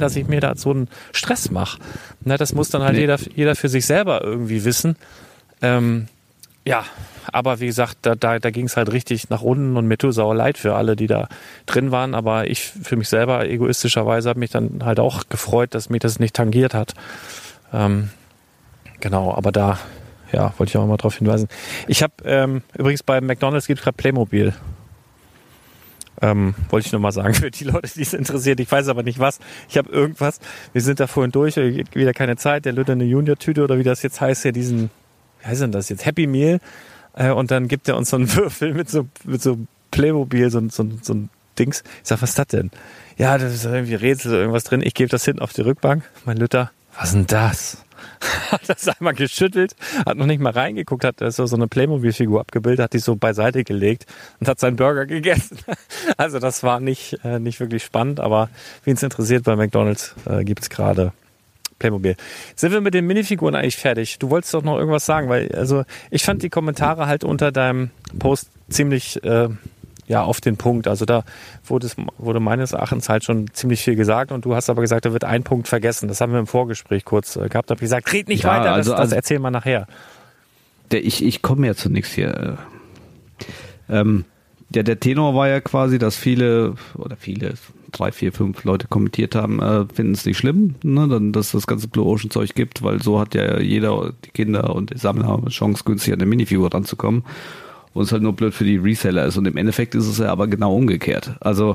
da so einen Stress mache. Na, das muss dann halt Nee. jeder, jeder für sich selber irgendwie wissen. Ähm, ja, aber wie gesagt, da, da, da ging es halt richtig nach unten und mir tut es auch leid für alle, die da drin waren. Aber ich für mich selber egoistischerweise habe mich dann halt auch gefreut, dass mich das nicht tangiert hat. Ähm, genau, aber da ja, wollte ich auch mal darauf hinweisen. Ich habe ähm, übrigens bei McDonald's gibt es gerade Playmobil. Ähm, wollte ich nur mal sagen für die Leute, die es interessiert. Ich weiß aber nicht was. Ich habe irgendwas. Wir sind da vorhin durch. Wieder keine Zeit. Der Lütte eine Junior-Tüte oder wie das jetzt heißt hier diesen. Wie heißt denn das jetzt? Happy Meal. Äh, und dann gibt er uns so einen Würfel mit so mit so Playmobil, so, so, so ein Dings. Ich sag, was ist das denn? Ja, das ist irgendwie Rätsel oder irgendwas drin. Ich gebe das hinten auf die Rückbank. Mein Lütter, was ist denn das? Hat das einmal geschüttelt, hat noch nicht mal reingeguckt, hat so eine Playmobil-Figur abgebildet, hat die so beiseite gelegt und hat seinen Burger gegessen. Also das war nicht, äh, nicht wirklich spannend, aber wen es interessiert, bei McDonald's äh, gibt es gerade Playmobil. Sind wir mit den Minifiguren eigentlich fertig? Du wolltest doch noch irgendwas sagen, weil also ich fand die Kommentare halt unter deinem Post ziemlich äh, ja, auf den Punkt. Also da wurde, es, wurde meines Erachtens halt schon ziemlich viel gesagt und du hast aber gesagt, da wird ein Punkt vergessen. Das haben wir im Vorgespräch kurz äh, gehabt. Da habe ich gesagt, red nicht Ja, weiter, das, also, das also, erzähl mal nachher. Der, ich ich komme ja zu nichts hier. Ähm, ja, der Tenor war ja quasi, dass viele, oder viele, drei, vier, fünf Leute kommentiert haben, äh, finden es nicht schlimm, ne, dann, dass das ganze Blue Ocean Zeug gibt, weil so hat ja jeder, die Kinder und die Sammler eine Chance, günstig an eine Minifigur ranzukommen. Und es halt nur blöd für die Reseller ist. Und im Endeffekt ist es ja aber genau umgekehrt. Also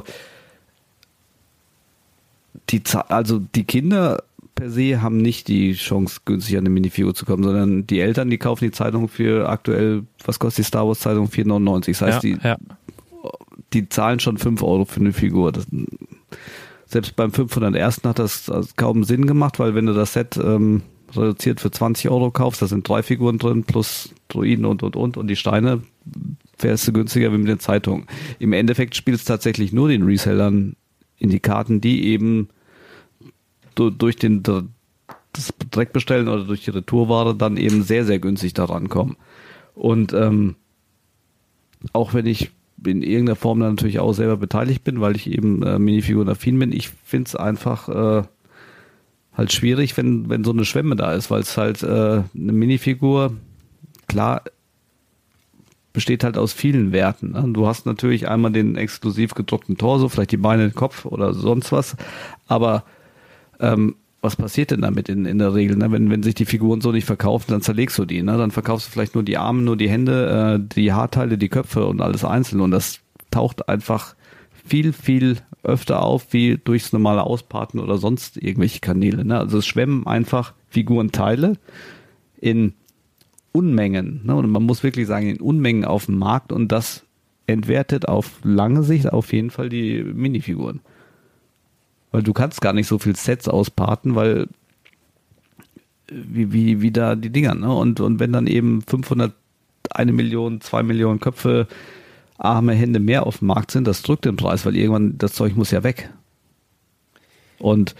die, also die Kinder per se haben nicht die Chance, günstig an eine Minifigur zu kommen, sondern die Eltern, die kaufen die Zeitung für aktuell, was kostet die Star Wars Zeitung? vier neunundneunzig. Das heißt, ja, die, ja. die zahlen schon fünf Euro für eine Figur. Das, selbst beim fünfhundertersten hat das kaum Sinn gemacht, weil wenn du das Set ähm, reduziert für zwanzig Euro kaufst, da sind drei Figuren drin, plus Druiden und, und, und, und die Steine, wärst du günstiger wie mit den Zeitungen. Im Endeffekt spielt es tatsächlich nur den Resellern in die Karten, die eben durch den das Dreckbestellen oder durch die Retourware dann eben sehr, sehr günstig da rankommen. Und ähm, auch wenn ich in irgendeiner Form dann natürlich auch selber beteiligt bin, weil ich eben äh, Minifiguren-affin bin, ich finde es einfach äh, halt schwierig, wenn, wenn so eine Schwemme da ist, weil es halt äh, eine Minifigur, klar, besteht halt aus vielen Werten. Ne? Du hast natürlich einmal den exklusiv gedruckten Torso, vielleicht die Beine, den Kopf oder sonst was, aber ähm, was passiert denn damit in, in der Regel? Ne? Wenn, wenn sich die Figuren so nicht verkaufen, dann zerlegst du die. Ne? Dann verkaufst du vielleicht nur die Arme, nur die Hände, äh, die Haarteile, die Köpfe und alles einzeln. Und das taucht einfach viel, viel öfter auf, wie durchs normale Ausparten oder sonst irgendwelche Kanäle. Ne? Also es schwemmen einfach Figurenteile in Unmengen. Ne? Und man muss wirklich sagen, in Unmengen auf dem Markt. Und das entwertet auf lange Sicht auf jeden Fall die Minifiguren. Weil du kannst gar nicht so viel Sets ausparten, weil wie, wie, wie da die Dinger, ne? Und, und wenn dann eben fünfhundert, eine Million, zwei Millionen Köpfe, Arme, Hände mehr auf dem Markt sind, das drückt den Preis, weil irgendwann das Zeug muss ja weg. Und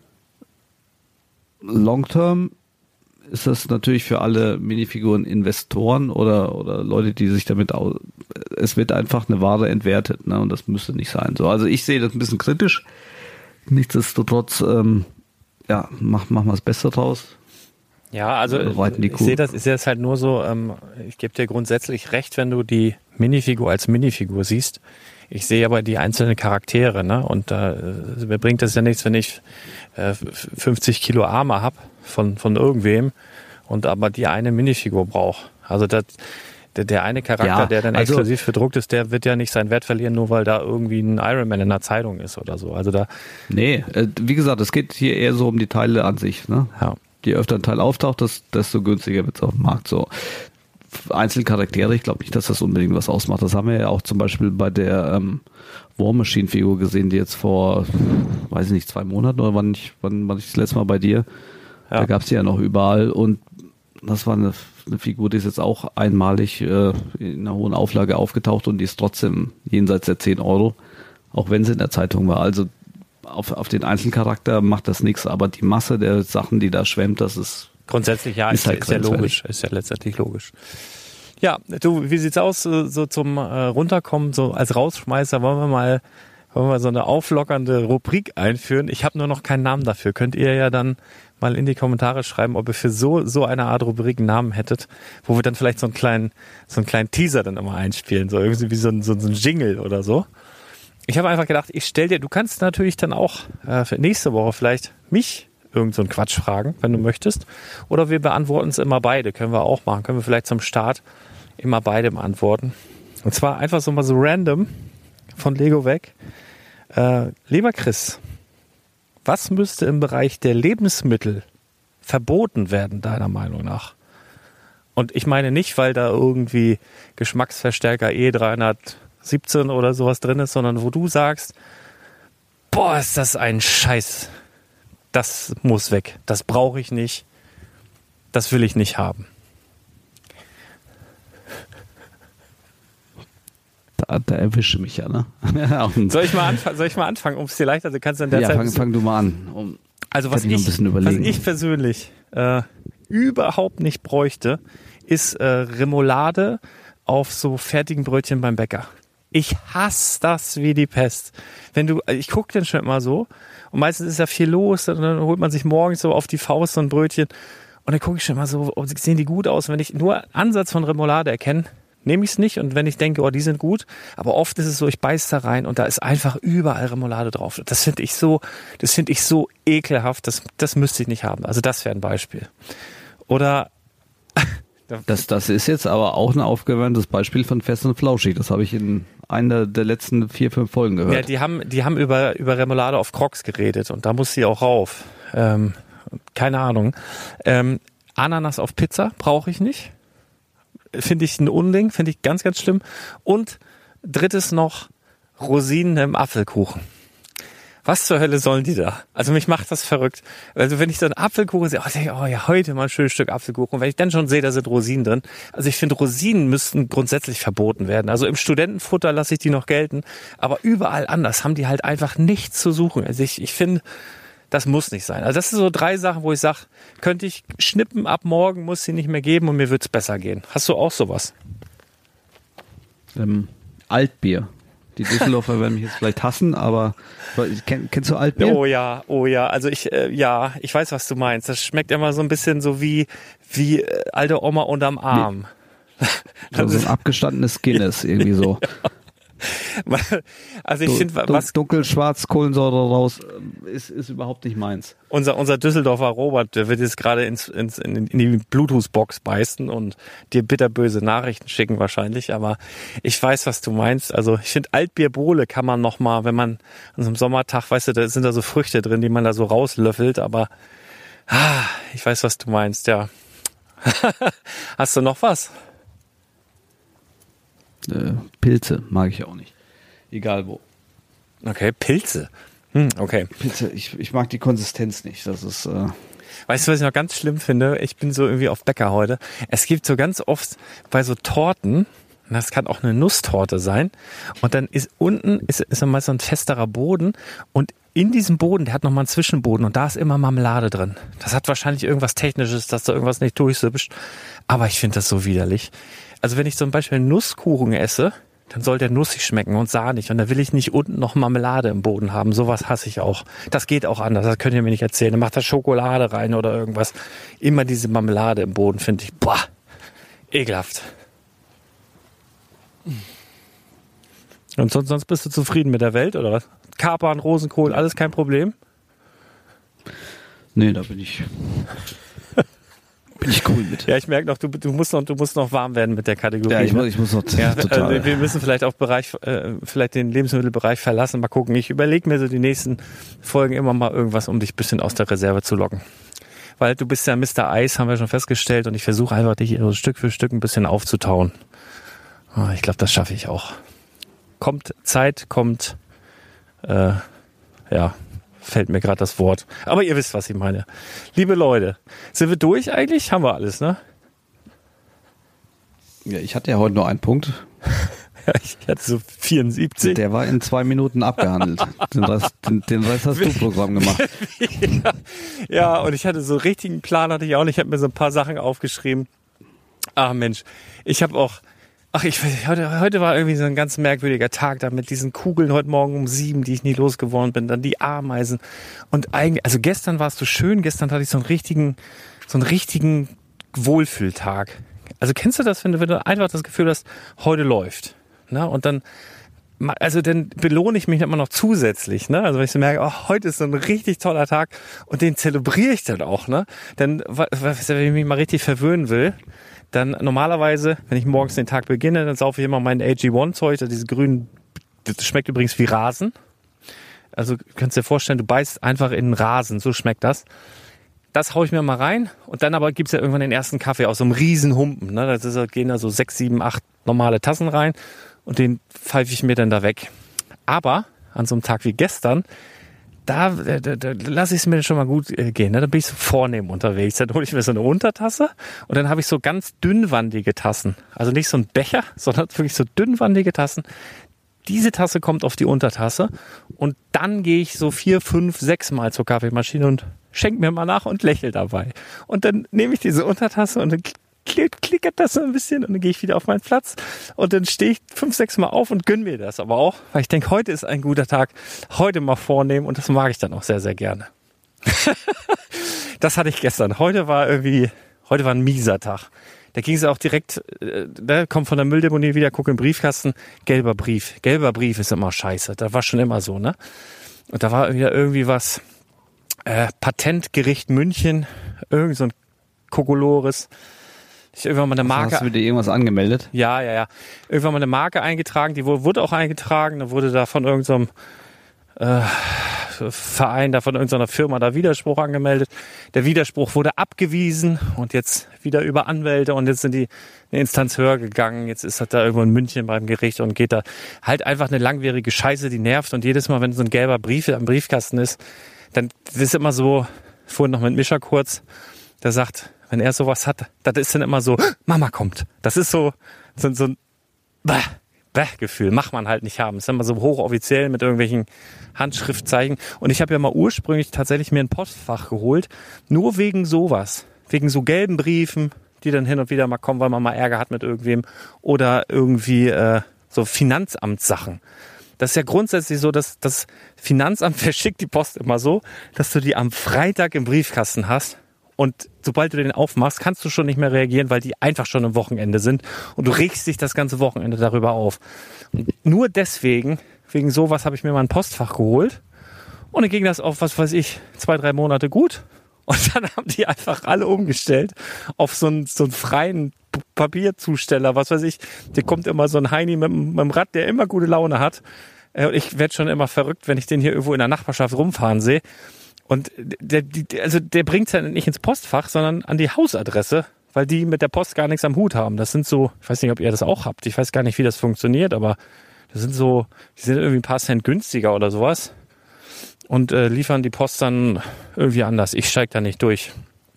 long term ist das natürlich für alle Minifiguren-Investoren oder, oder Leute, die sich damit aus, es wird einfach eine Ware entwertet, ne? Und das müsste nicht sein. So, also ich sehe das ein bisschen kritisch. Nichtsdestotrotz, ähm, ja, mach, mach mal das Beste draus. Ja, also Reiten die ich Kuh. sehe das, ich sehe das halt nur so, ähm, ich gebe dir grundsätzlich recht, wenn du die Minifigur als Minifigur siehst. Ich sehe aber die einzelnen Charaktere, ne? Und äh, mir bringt das ja nichts, wenn ich äh, fünfzig Kilo Arme habe von, von irgendwem und aber die eine Minifigur brauche. Also das Der, der eine Charakter, Ja, der dann also, exklusiv bedruckt ist, der wird ja nicht seinen Wert verlieren, nur weil da irgendwie ein Iron Man in der Zeitung ist oder so. Also da. Nee, äh, wie gesagt, es geht hier eher so um die Teile an sich. Ne? Ja. Je öfter ein Teil auftaucht, desto günstiger wird es auf dem Markt. So Einzelcharaktere, ich glaube nicht, dass das unbedingt was ausmacht. Das haben wir ja auch zum Beispiel bei der ähm, War Machine Figur gesehen, die jetzt vor, weiß ich nicht, zwei Monaten oder wann ich, wann war ich das letzte Mal bei dir? Ja. Da gab es die ja noch überall und das war eine, eine Figur, die ist jetzt auch einmalig äh, in einer hohen Auflage aufgetaucht und die ist trotzdem jenseits der zehn Euro, auch wenn sie in der Zeitung war. Also auf, auf den Einzelcharakter macht das nichts, aber die Masse der Sachen, die da schwemmt, das ist grundsätzlich ja, ist, ist, halt ist ja logisch, ist ja letztendlich logisch. Ja, du, wie sieht's aus, so zum äh, Runterkommen, so als Rausschmeißer, wollen wir mal wollen wir so eine auflockernde Rubrik einführen. Ich habe nur noch keinen Namen dafür. Könnt ihr ja dann mal in die Kommentare schreiben, ob ihr für so so eine Art Rubrik einen Namen hättet, wo wir dann vielleicht so einen kleinen so einen kleinen Teaser dann immer einspielen, so irgendwie wie so ein, so ein Jingle oder so. Ich habe einfach gedacht, ich stell dir, du kannst natürlich dann auch äh, für nächste Woche vielleicht mich irgend so einen Quatsch fragen, wenn du möchtest. Oder wir beantworten es immer beide. Können wir auch machen. Können wir vielleicht zum Start immer beide beantworten. Und zwar einfach so mal so random von Lego weg. Äh, lieber Chris, was müsste im Bereich der Lebensmittel verboten werden, deiner Meinung nach? Und ich meine nicht, weil da irgendwie Geschmacksverstärker E dreihundertsiebzehn oder sowas drin ist, sondern wo du sagst, boah, ist das ein Scheiß. Das muss weg. Das brauche ich nicht. Das will ich nicht haben. Da, da erwische mich ja, ne? Soll ich mal anfangen? Soll ich mal anfangen, um es dir leichter? Also kannst du in der ja, Zeit fang, fang du mal an. Um, also was ich, ein bisschen überlegen. was ich persönlich äh, überhaupt nicht bräuchte, ist äh, Remoulade auf so fertigen Brötchen beim Bäcker. Ich hasse das wie die Pest. Wenn du, ich gucke dann schon immer so und meistens ist ja viel los und dann holt man sich morgens so auf die Faust so ein Brötchen und dann gucke ich schon mal so, oh, sehen die gut aus? Und wenn ich nur Ansatz von Remoulade erkenne, nehme ich es nicht und wenn ich denke, oh, die sind gut, aber oft ist es so, ich beiß da rein und da ist einfach überall Remoulade drauf. Das finde ich so, das finde ich so ekelhaft, das, das müsste ich nicht haben. Also das wäre ein Beispiel. Oder Das, das ist jetzt aber auch ein aufgewärmtes Beispiel von Fest und Flauschig. Das habe ich in einer der letzten vier, fünf Folgen gehört. Ja, die haben, die haben über, über Remoulade auf Crocs geredet und da muss sie auch rauf. Ähm, keine Ahnung. Ähm, Ananas auf Pizza brauche ich nicht. Finde ich ein Unding, finde ich ganz, ganz schlimm. Und drittes noch, Rosinen im Apfelkuchen. Was zur Hölle sollen die da? Also mich macht das verrückt. Also wenn ich so einen Apfelkuchen sehe, oh, denke ich, oh ja, heute mal ein schönes Stück Apfelkuchen. Und wenn ich dann schon sehe, da sind Rosinen drin. Also ich finde, Rosinen müssten grundsätzlich verboten werden. Also im Studentenfutter lasse ich die noch gelten. Aber überall anders haben die halt einfach nichts zu suchen. Also ich, ich finde, das muss nicht sein. Also das sind so drei Sachen, wo ich sage, könnte ich schnippen, ab morgen muss sie nicht mehr geben und mir wird es besser gehen. Hast du auch sowas? Ähm, Altbier. Die Düsseldorfer werden mich jetzt vielleicht hassen, aber kenn, kennst du Altbier? Oh ja, oh ja. Also ich, äh, ja, ich weiß, was du meinst. Das schmeckt immer so ein bisschen so wie, wie äh, alte Oma unterm Arm. So, so ein abgestandenes Guinness, irgendwie so. Also ich finde, was dunkelschwarz, Kohlensäure raus, ist, ist überhaupt nicht meins. Unser, unser Düsseldorfer Robert, der wird jetzt gerade ins, ins, in, in die Bluetooth-Box beißen und dir bitterböse Nachrichten schicken wahrscheinlich, aber ich weiß, was du meinst. Also ich finde, Altbierbohle kann man noch mal, wenn man an so einem Sommertag, weißt du, da sind da so Früchte drin, die man da so rauslöffelt, aber ah, ich weiß, was du meinst, ja. Hast du noch was? Äh, Pilze mag ich auch nicht. Egal wo. Okay, Pilze. Hm, okay. Pilze, ich, ich mag die Konsistenz nicht. Das ist. Äh Weißt du, was ich noch ganz schlimm finde? Ich bin so irgendwie auf Bäcker heute. Es gibt so ganz oft bei so Torten, das kann auch eine Nusstorte sein, und dann ist unten ist, ist mal so ein festerer Boden und in diesem Boden, der hat nochmal einen Zwischenboden und da ist immer Marmelade drin. Das hat wahrscheinlich irgendwas Technisches, dass da irgendwas nicht durchsippt. Aber ich finde das so widerlich. Also wenn ich zum Beispiel einen Nusskuchen esse, dann soll der nussig schmecken und sahnig. Und da will ich nicht unten noch Marmelade im Boden haben. Sowas hasse ich auch. Das geht auch anders, das könnt ihr mir nicht erzählen. Dann macht da Schokolade rein oder irgendwas. Immer diese Marmelade im Boden finde ich, boah, ekelhaft. Und sonst, sonst bist du zufrieden mit der Welt, oder was? Kapern, Rosenkohl, alles kein Problem? Nee, da bin ich... Bin ich cool mit. Ja, ich merke noch, du, du musst noch, du musst noch warm werden mit der Kategorie. Ja, ich muss, ne? ich muss noch ja, total. Also wir müssen vielleicht auch Bereich, äh, vielleicht den Lebensmittelbereich verlassen. Mal gucken. Ich überlege mir so die nächsten Folgen immer mal irgendwas, um dich ein bisschen aus der Reserve zu locken. Weil du bist ja Mister Eis, haben wir schon festgestellt, und ich versuche einfach dich so Stück für Stück ein bisschen aufzutauen. Oh, ich glaube, das schaffe ich auch. Kommt Zeit, kommt, äh, ja. Fällt mir gerade das Wort. Aber ihr wisst, was ich meine. Liebe Leute, sind wir durch eigentlich? Haben wir alles, ne? Ja, ich hatte ja heute nur einen Punkt. Ich hatte so vierundsiebzig. Der war in zwei Minuten abgehandelt. Den Rest, den, den Rest hast du Programm gemacht. ja, ja, und ich hatte so einen richtigen Plan, hatte ich auch nicht. Ich habe mir so ein paar Sachen aufgeschrieben. Ach Mensch, ich habe auch, Ach, ich weiß nicht, heute, heute war irgendwie so ein ganz merkwürdiger Tag da mit diesen Kugeln heute Morgen um sieben, die ich nie losgeworden bin, dann die Ameisen. Und eigentlich, also gestern war es so schön, gestern hatte ich so einen richtigen, so einen richtigen Wohlfühltag. Also kennst du das, wenn du, wenn du einfach das Gefühl hast, heute läuft, ne? Und dann, also dann belohne ich mich immer noch zusätzlich, ne? Also wenn ich so merke, oh, heute ist so ein richtig toller Tag und den zelebriere ich dann auch, ne? Denn, wenn ich mich mal richtig verwöhnen will, dann normalerweise, wenn ich morgens den Tag beginne, dann saufe ich immer meinen A G eins Zeug, diese grünen, das schmeckt übrigens wie Rasen. Also du kannst dir vorstellen, du beißt einfach in den Rasen, so schmeckt das. Das haue ich mir mal rein und dann aber gibt's ja irgendwann den ersten Kaffee aus so einem riesen Humpen. Ne? Da ist, gehen da so sechs, sieben, acht normale Tassen rein und den pfeife ich mir dann da weg. Aber an so einem Tag wie gestern, da, da, da, da lasse ich es mir schon mal gut äh, gehen. Ne? Da bin ich so vornehm unterwegs. Dann hole ich mir so eine Untertasse und dann habe ich so ganz dünnwandige Tassen. Also nicht so ein Becher, sondern wirklich so dünnwandige Tassen. Diese Tasse kommt auf die Untertasse und dann gehe ich so vier, fünf, sechs Mal zur Kaffeemaschine und schenke mir mal nach und lächle dabei. Und dann nehme ich diese Untertasse und dann klickert das so ein bisschen und dann gehe ich wieder auf meinen Platz und dann stehe ich fünf, sechs Mal auf und gönne mir das aber auch, weil ich denke, heute ist ein guter Tag, heute mal vornehmen und das mag ich dann auch sehr, sehr gerne. Das hatte ich gestern. Heute war irgendwie, heute war ein mieser Tag. Da ging es auch direkt, äh, da kommt von der Mülldeponie wieder, guck im Briefkasten, gelber Brief. Gelber Brief ist immer scheiße, das war schon immer so, ne? Und da war wieder irgendwie was, äh, Patentgericht München, irgend so ein Kokolores. Ich irgendwann mal eine Marke. Hast du dir irgendwas angemeldet? Ja, ja, ja. Irgendwann mal eine Marke eingetragen, die wurde auch eingetragen, da wurde da von irgendeinem äh, Verein, da von irgendeiner Firma da Widerspruch angemeldet. Der Widerspruch wurde abgewiesen und jetzt wieder über Anwälte und jetzt sind die eine Instanz höher gegangen. Jetzt ist das da irgendwo in München beim Gericht und geht da halt einfach eine langwierige Scheiße, die nervt und jedes Mal, wenn so ein gelber Brief am Briefkasten ist, dann ist immer so, vorhin noch mit Mischa kurz, der sagt, wenn er sowas hat, das ist dann immer so, Mama kommt. Das ist so, so, so ein Bäh, Bäh-Gefühl. Macht man halt nicht haben. Das ist immer so hochoffiziell mit irgendwelchen Handschriftzeichen. Und ich habe ja mal ursprünglich tatsächlich mir ein Postfach geholt, nur wegen sowas. Wegen so gelben Briefen, die dann hin und wieder mal kommen, weil man mal Ärger hat mit irgendwem. Oder irgendwie äh, so Finanzamtssachen. Das ist ja grundsätzlich so, dass das Finanzamt verschickt die Post immer so, dass du die am Freitag im Briefkasten hast. Und sobald du den aufmachst, kannst du schon nicht mehr reagieren, weil die einfach schon am Wochenende sind. Und du regst dich das ganze Wochenende darüber auf. Und nur deswegen, wegen sowas, habe ich mir mal ein Postfach geholt. Und dann ging das auf, was weiß ich, zwei, drei Monate gut. Und dann haben die einfach alle umgestellt auf so einen, so einen freien Papierzusteller, was weiß ich. Der kommt immer so ein Heini mit, mit dem Rad, der immer gute Laune hat. Ich werde schon immer verrückt, wenn ich den hier irgendwo in der Nachbarschaft rumfahren sehe. Und der, der, also der bringt es ja nicht ins Postfach, sondern an die Hausadresse, weil die mit der Post gar nichts am Hut haben. Das sind so, ich weiß nicht, ob ihr das auch habt. Ich weiß gar nicht, wie das funktioniert, aber das sind so, die sind irgendwie ein paar Cent günstiger oder sowas und äh, liefern die Post dann irgendwie anders. Ich steige da nicht durch,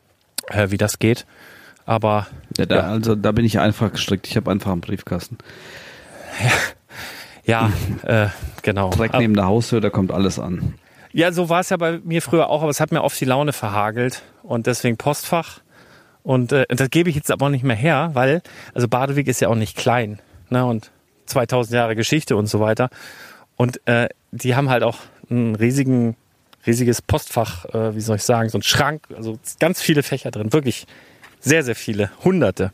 äh, wie das geht. Aber ja, da, ja. also da bin ich einfach gestrickt. Ich habe einfach einen Briefkasten. Ja, ja äh, genau. Direkt neben der Haustür, da kommt alles an. Ja, so war es ja bei mir früher auch, aber es hat mir oft die Laune verhagelt und deswegen Postfach. Und äh, das gebe ich jetzt aber auch nicht mehr her, weil, also Badewig ist ja auch nicht klein, ne, und zweitausend Jahre Geschichte und so weiter. Und äh, die haben halt auch ein riesigen, riesiges Postfach, äh, wie soll ich sagen, so ein Schrank, also ganz viele Fächer drin, wirklich sehr, sehr viele, hunderte.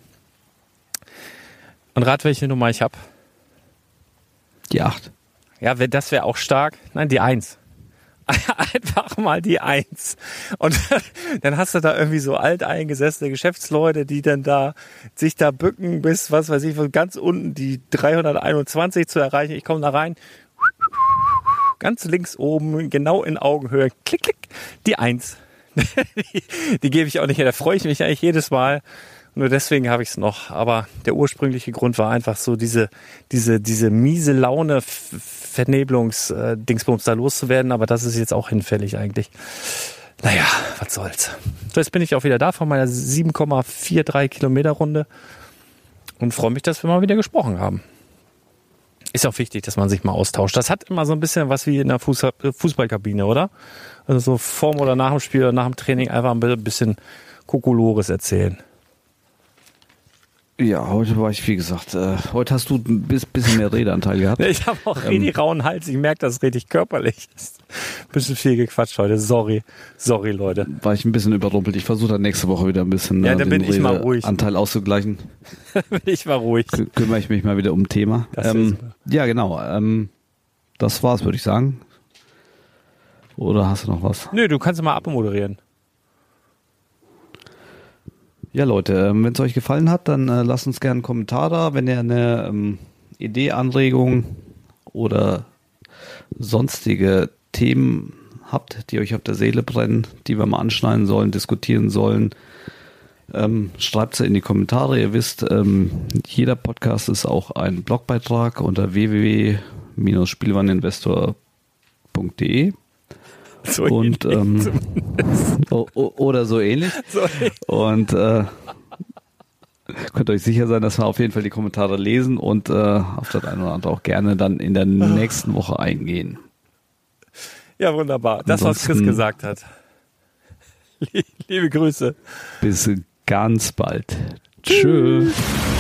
Und rat, welche Nummer ich habe? Die acht. Ja, das wäre auch stark. Nein, die eins. Einfach mal die Eins. Und dann hast du da irgendwie so alteingesessene Geschäftsleute, die dann da sich da bücken bis, was weiß ich, von ganz unten die dreihunderteinundzwanzig zu erreichen. Ich komme da rein, ganz links oben, genau in Augenhöhe, klick, klick, die Eins. Die, die gebe ich auch nicht her, da freue ich mich eigentlich jedes Mal. Nur deswegen habe ich es noch. Aber der ursprüngliche Grund war einfach so diese, diese, diese miese Laune, Vernebelungs-Dingsbums da loszuwerden. Aber das ist jetzt auch hinfällig eigentlich. Naja, was soll's. So, jetzt bin ich auch wieder da von meiner sieben Komma dreiundvierzig Kilometer Runde und freue mich, dass wir mal wieder gesprochen haben. Ist auch wichtig, dass man sich mal austauscht. Das hat immer so ein bisschen was wie in der Fußballkabine, oder? Also so vorm oder nach dem Spiel oder nach dem Training einfach ein bisschen Kokolores erzählen. Ja, heute war ich, wie gesagt, äh, heute hast du ein bisschen mehr Redeanteil gehabt. Ich habe auch richtig ähm, rauen Hals. Ich merke das richtig körperlich. Ein bisschen viel gequatscht heute. Sorry. Sorry, Leute. War ich ein bisschen überrumpelt. Ich versuche dann nächste Woche wieder ein bisschen ja, äh, dann den bin ich mal ruhig. Anteil auszugleichen. bin ich mal ruhig. Kü- kümmere ich mich mal wieder um ein Thema. Ähm, ja, genau. Ähm, das war's, würde ich sagen. Oder hast du noch was? Nö, du kannst mal abmoderieren. Ja, Leute, wenn es euch gefallen hat, dann äh, lasst uns gerne einen Kommentar da. Wenn ihr eine ähm, Idee, Anregung oder sonstige Themen habt, die euch auf der Seele brennen, die wir mal anschneiden sollen, diskutieren sollen, ähm, schreibt sie in die Kommentare. Ihr wisst, ähm, jeder Podcast ist auch ein Blogbeitrag unter w w w Bindestrich spielwareninvestor punkt d e. So und ähm, o- o- oder so ähnlich. So ähnlich. Und äh, könnt euch sicher sein, dass wir auf jeden Fall die Kommentare lesen und äh, auf das eine oder andere auch gerne dann in der nächsten Woche eingehen. Ja, wunderbar. Das, was Chris gesagt hat. Liebe Grüße. Bis ganz bald. Tschüss.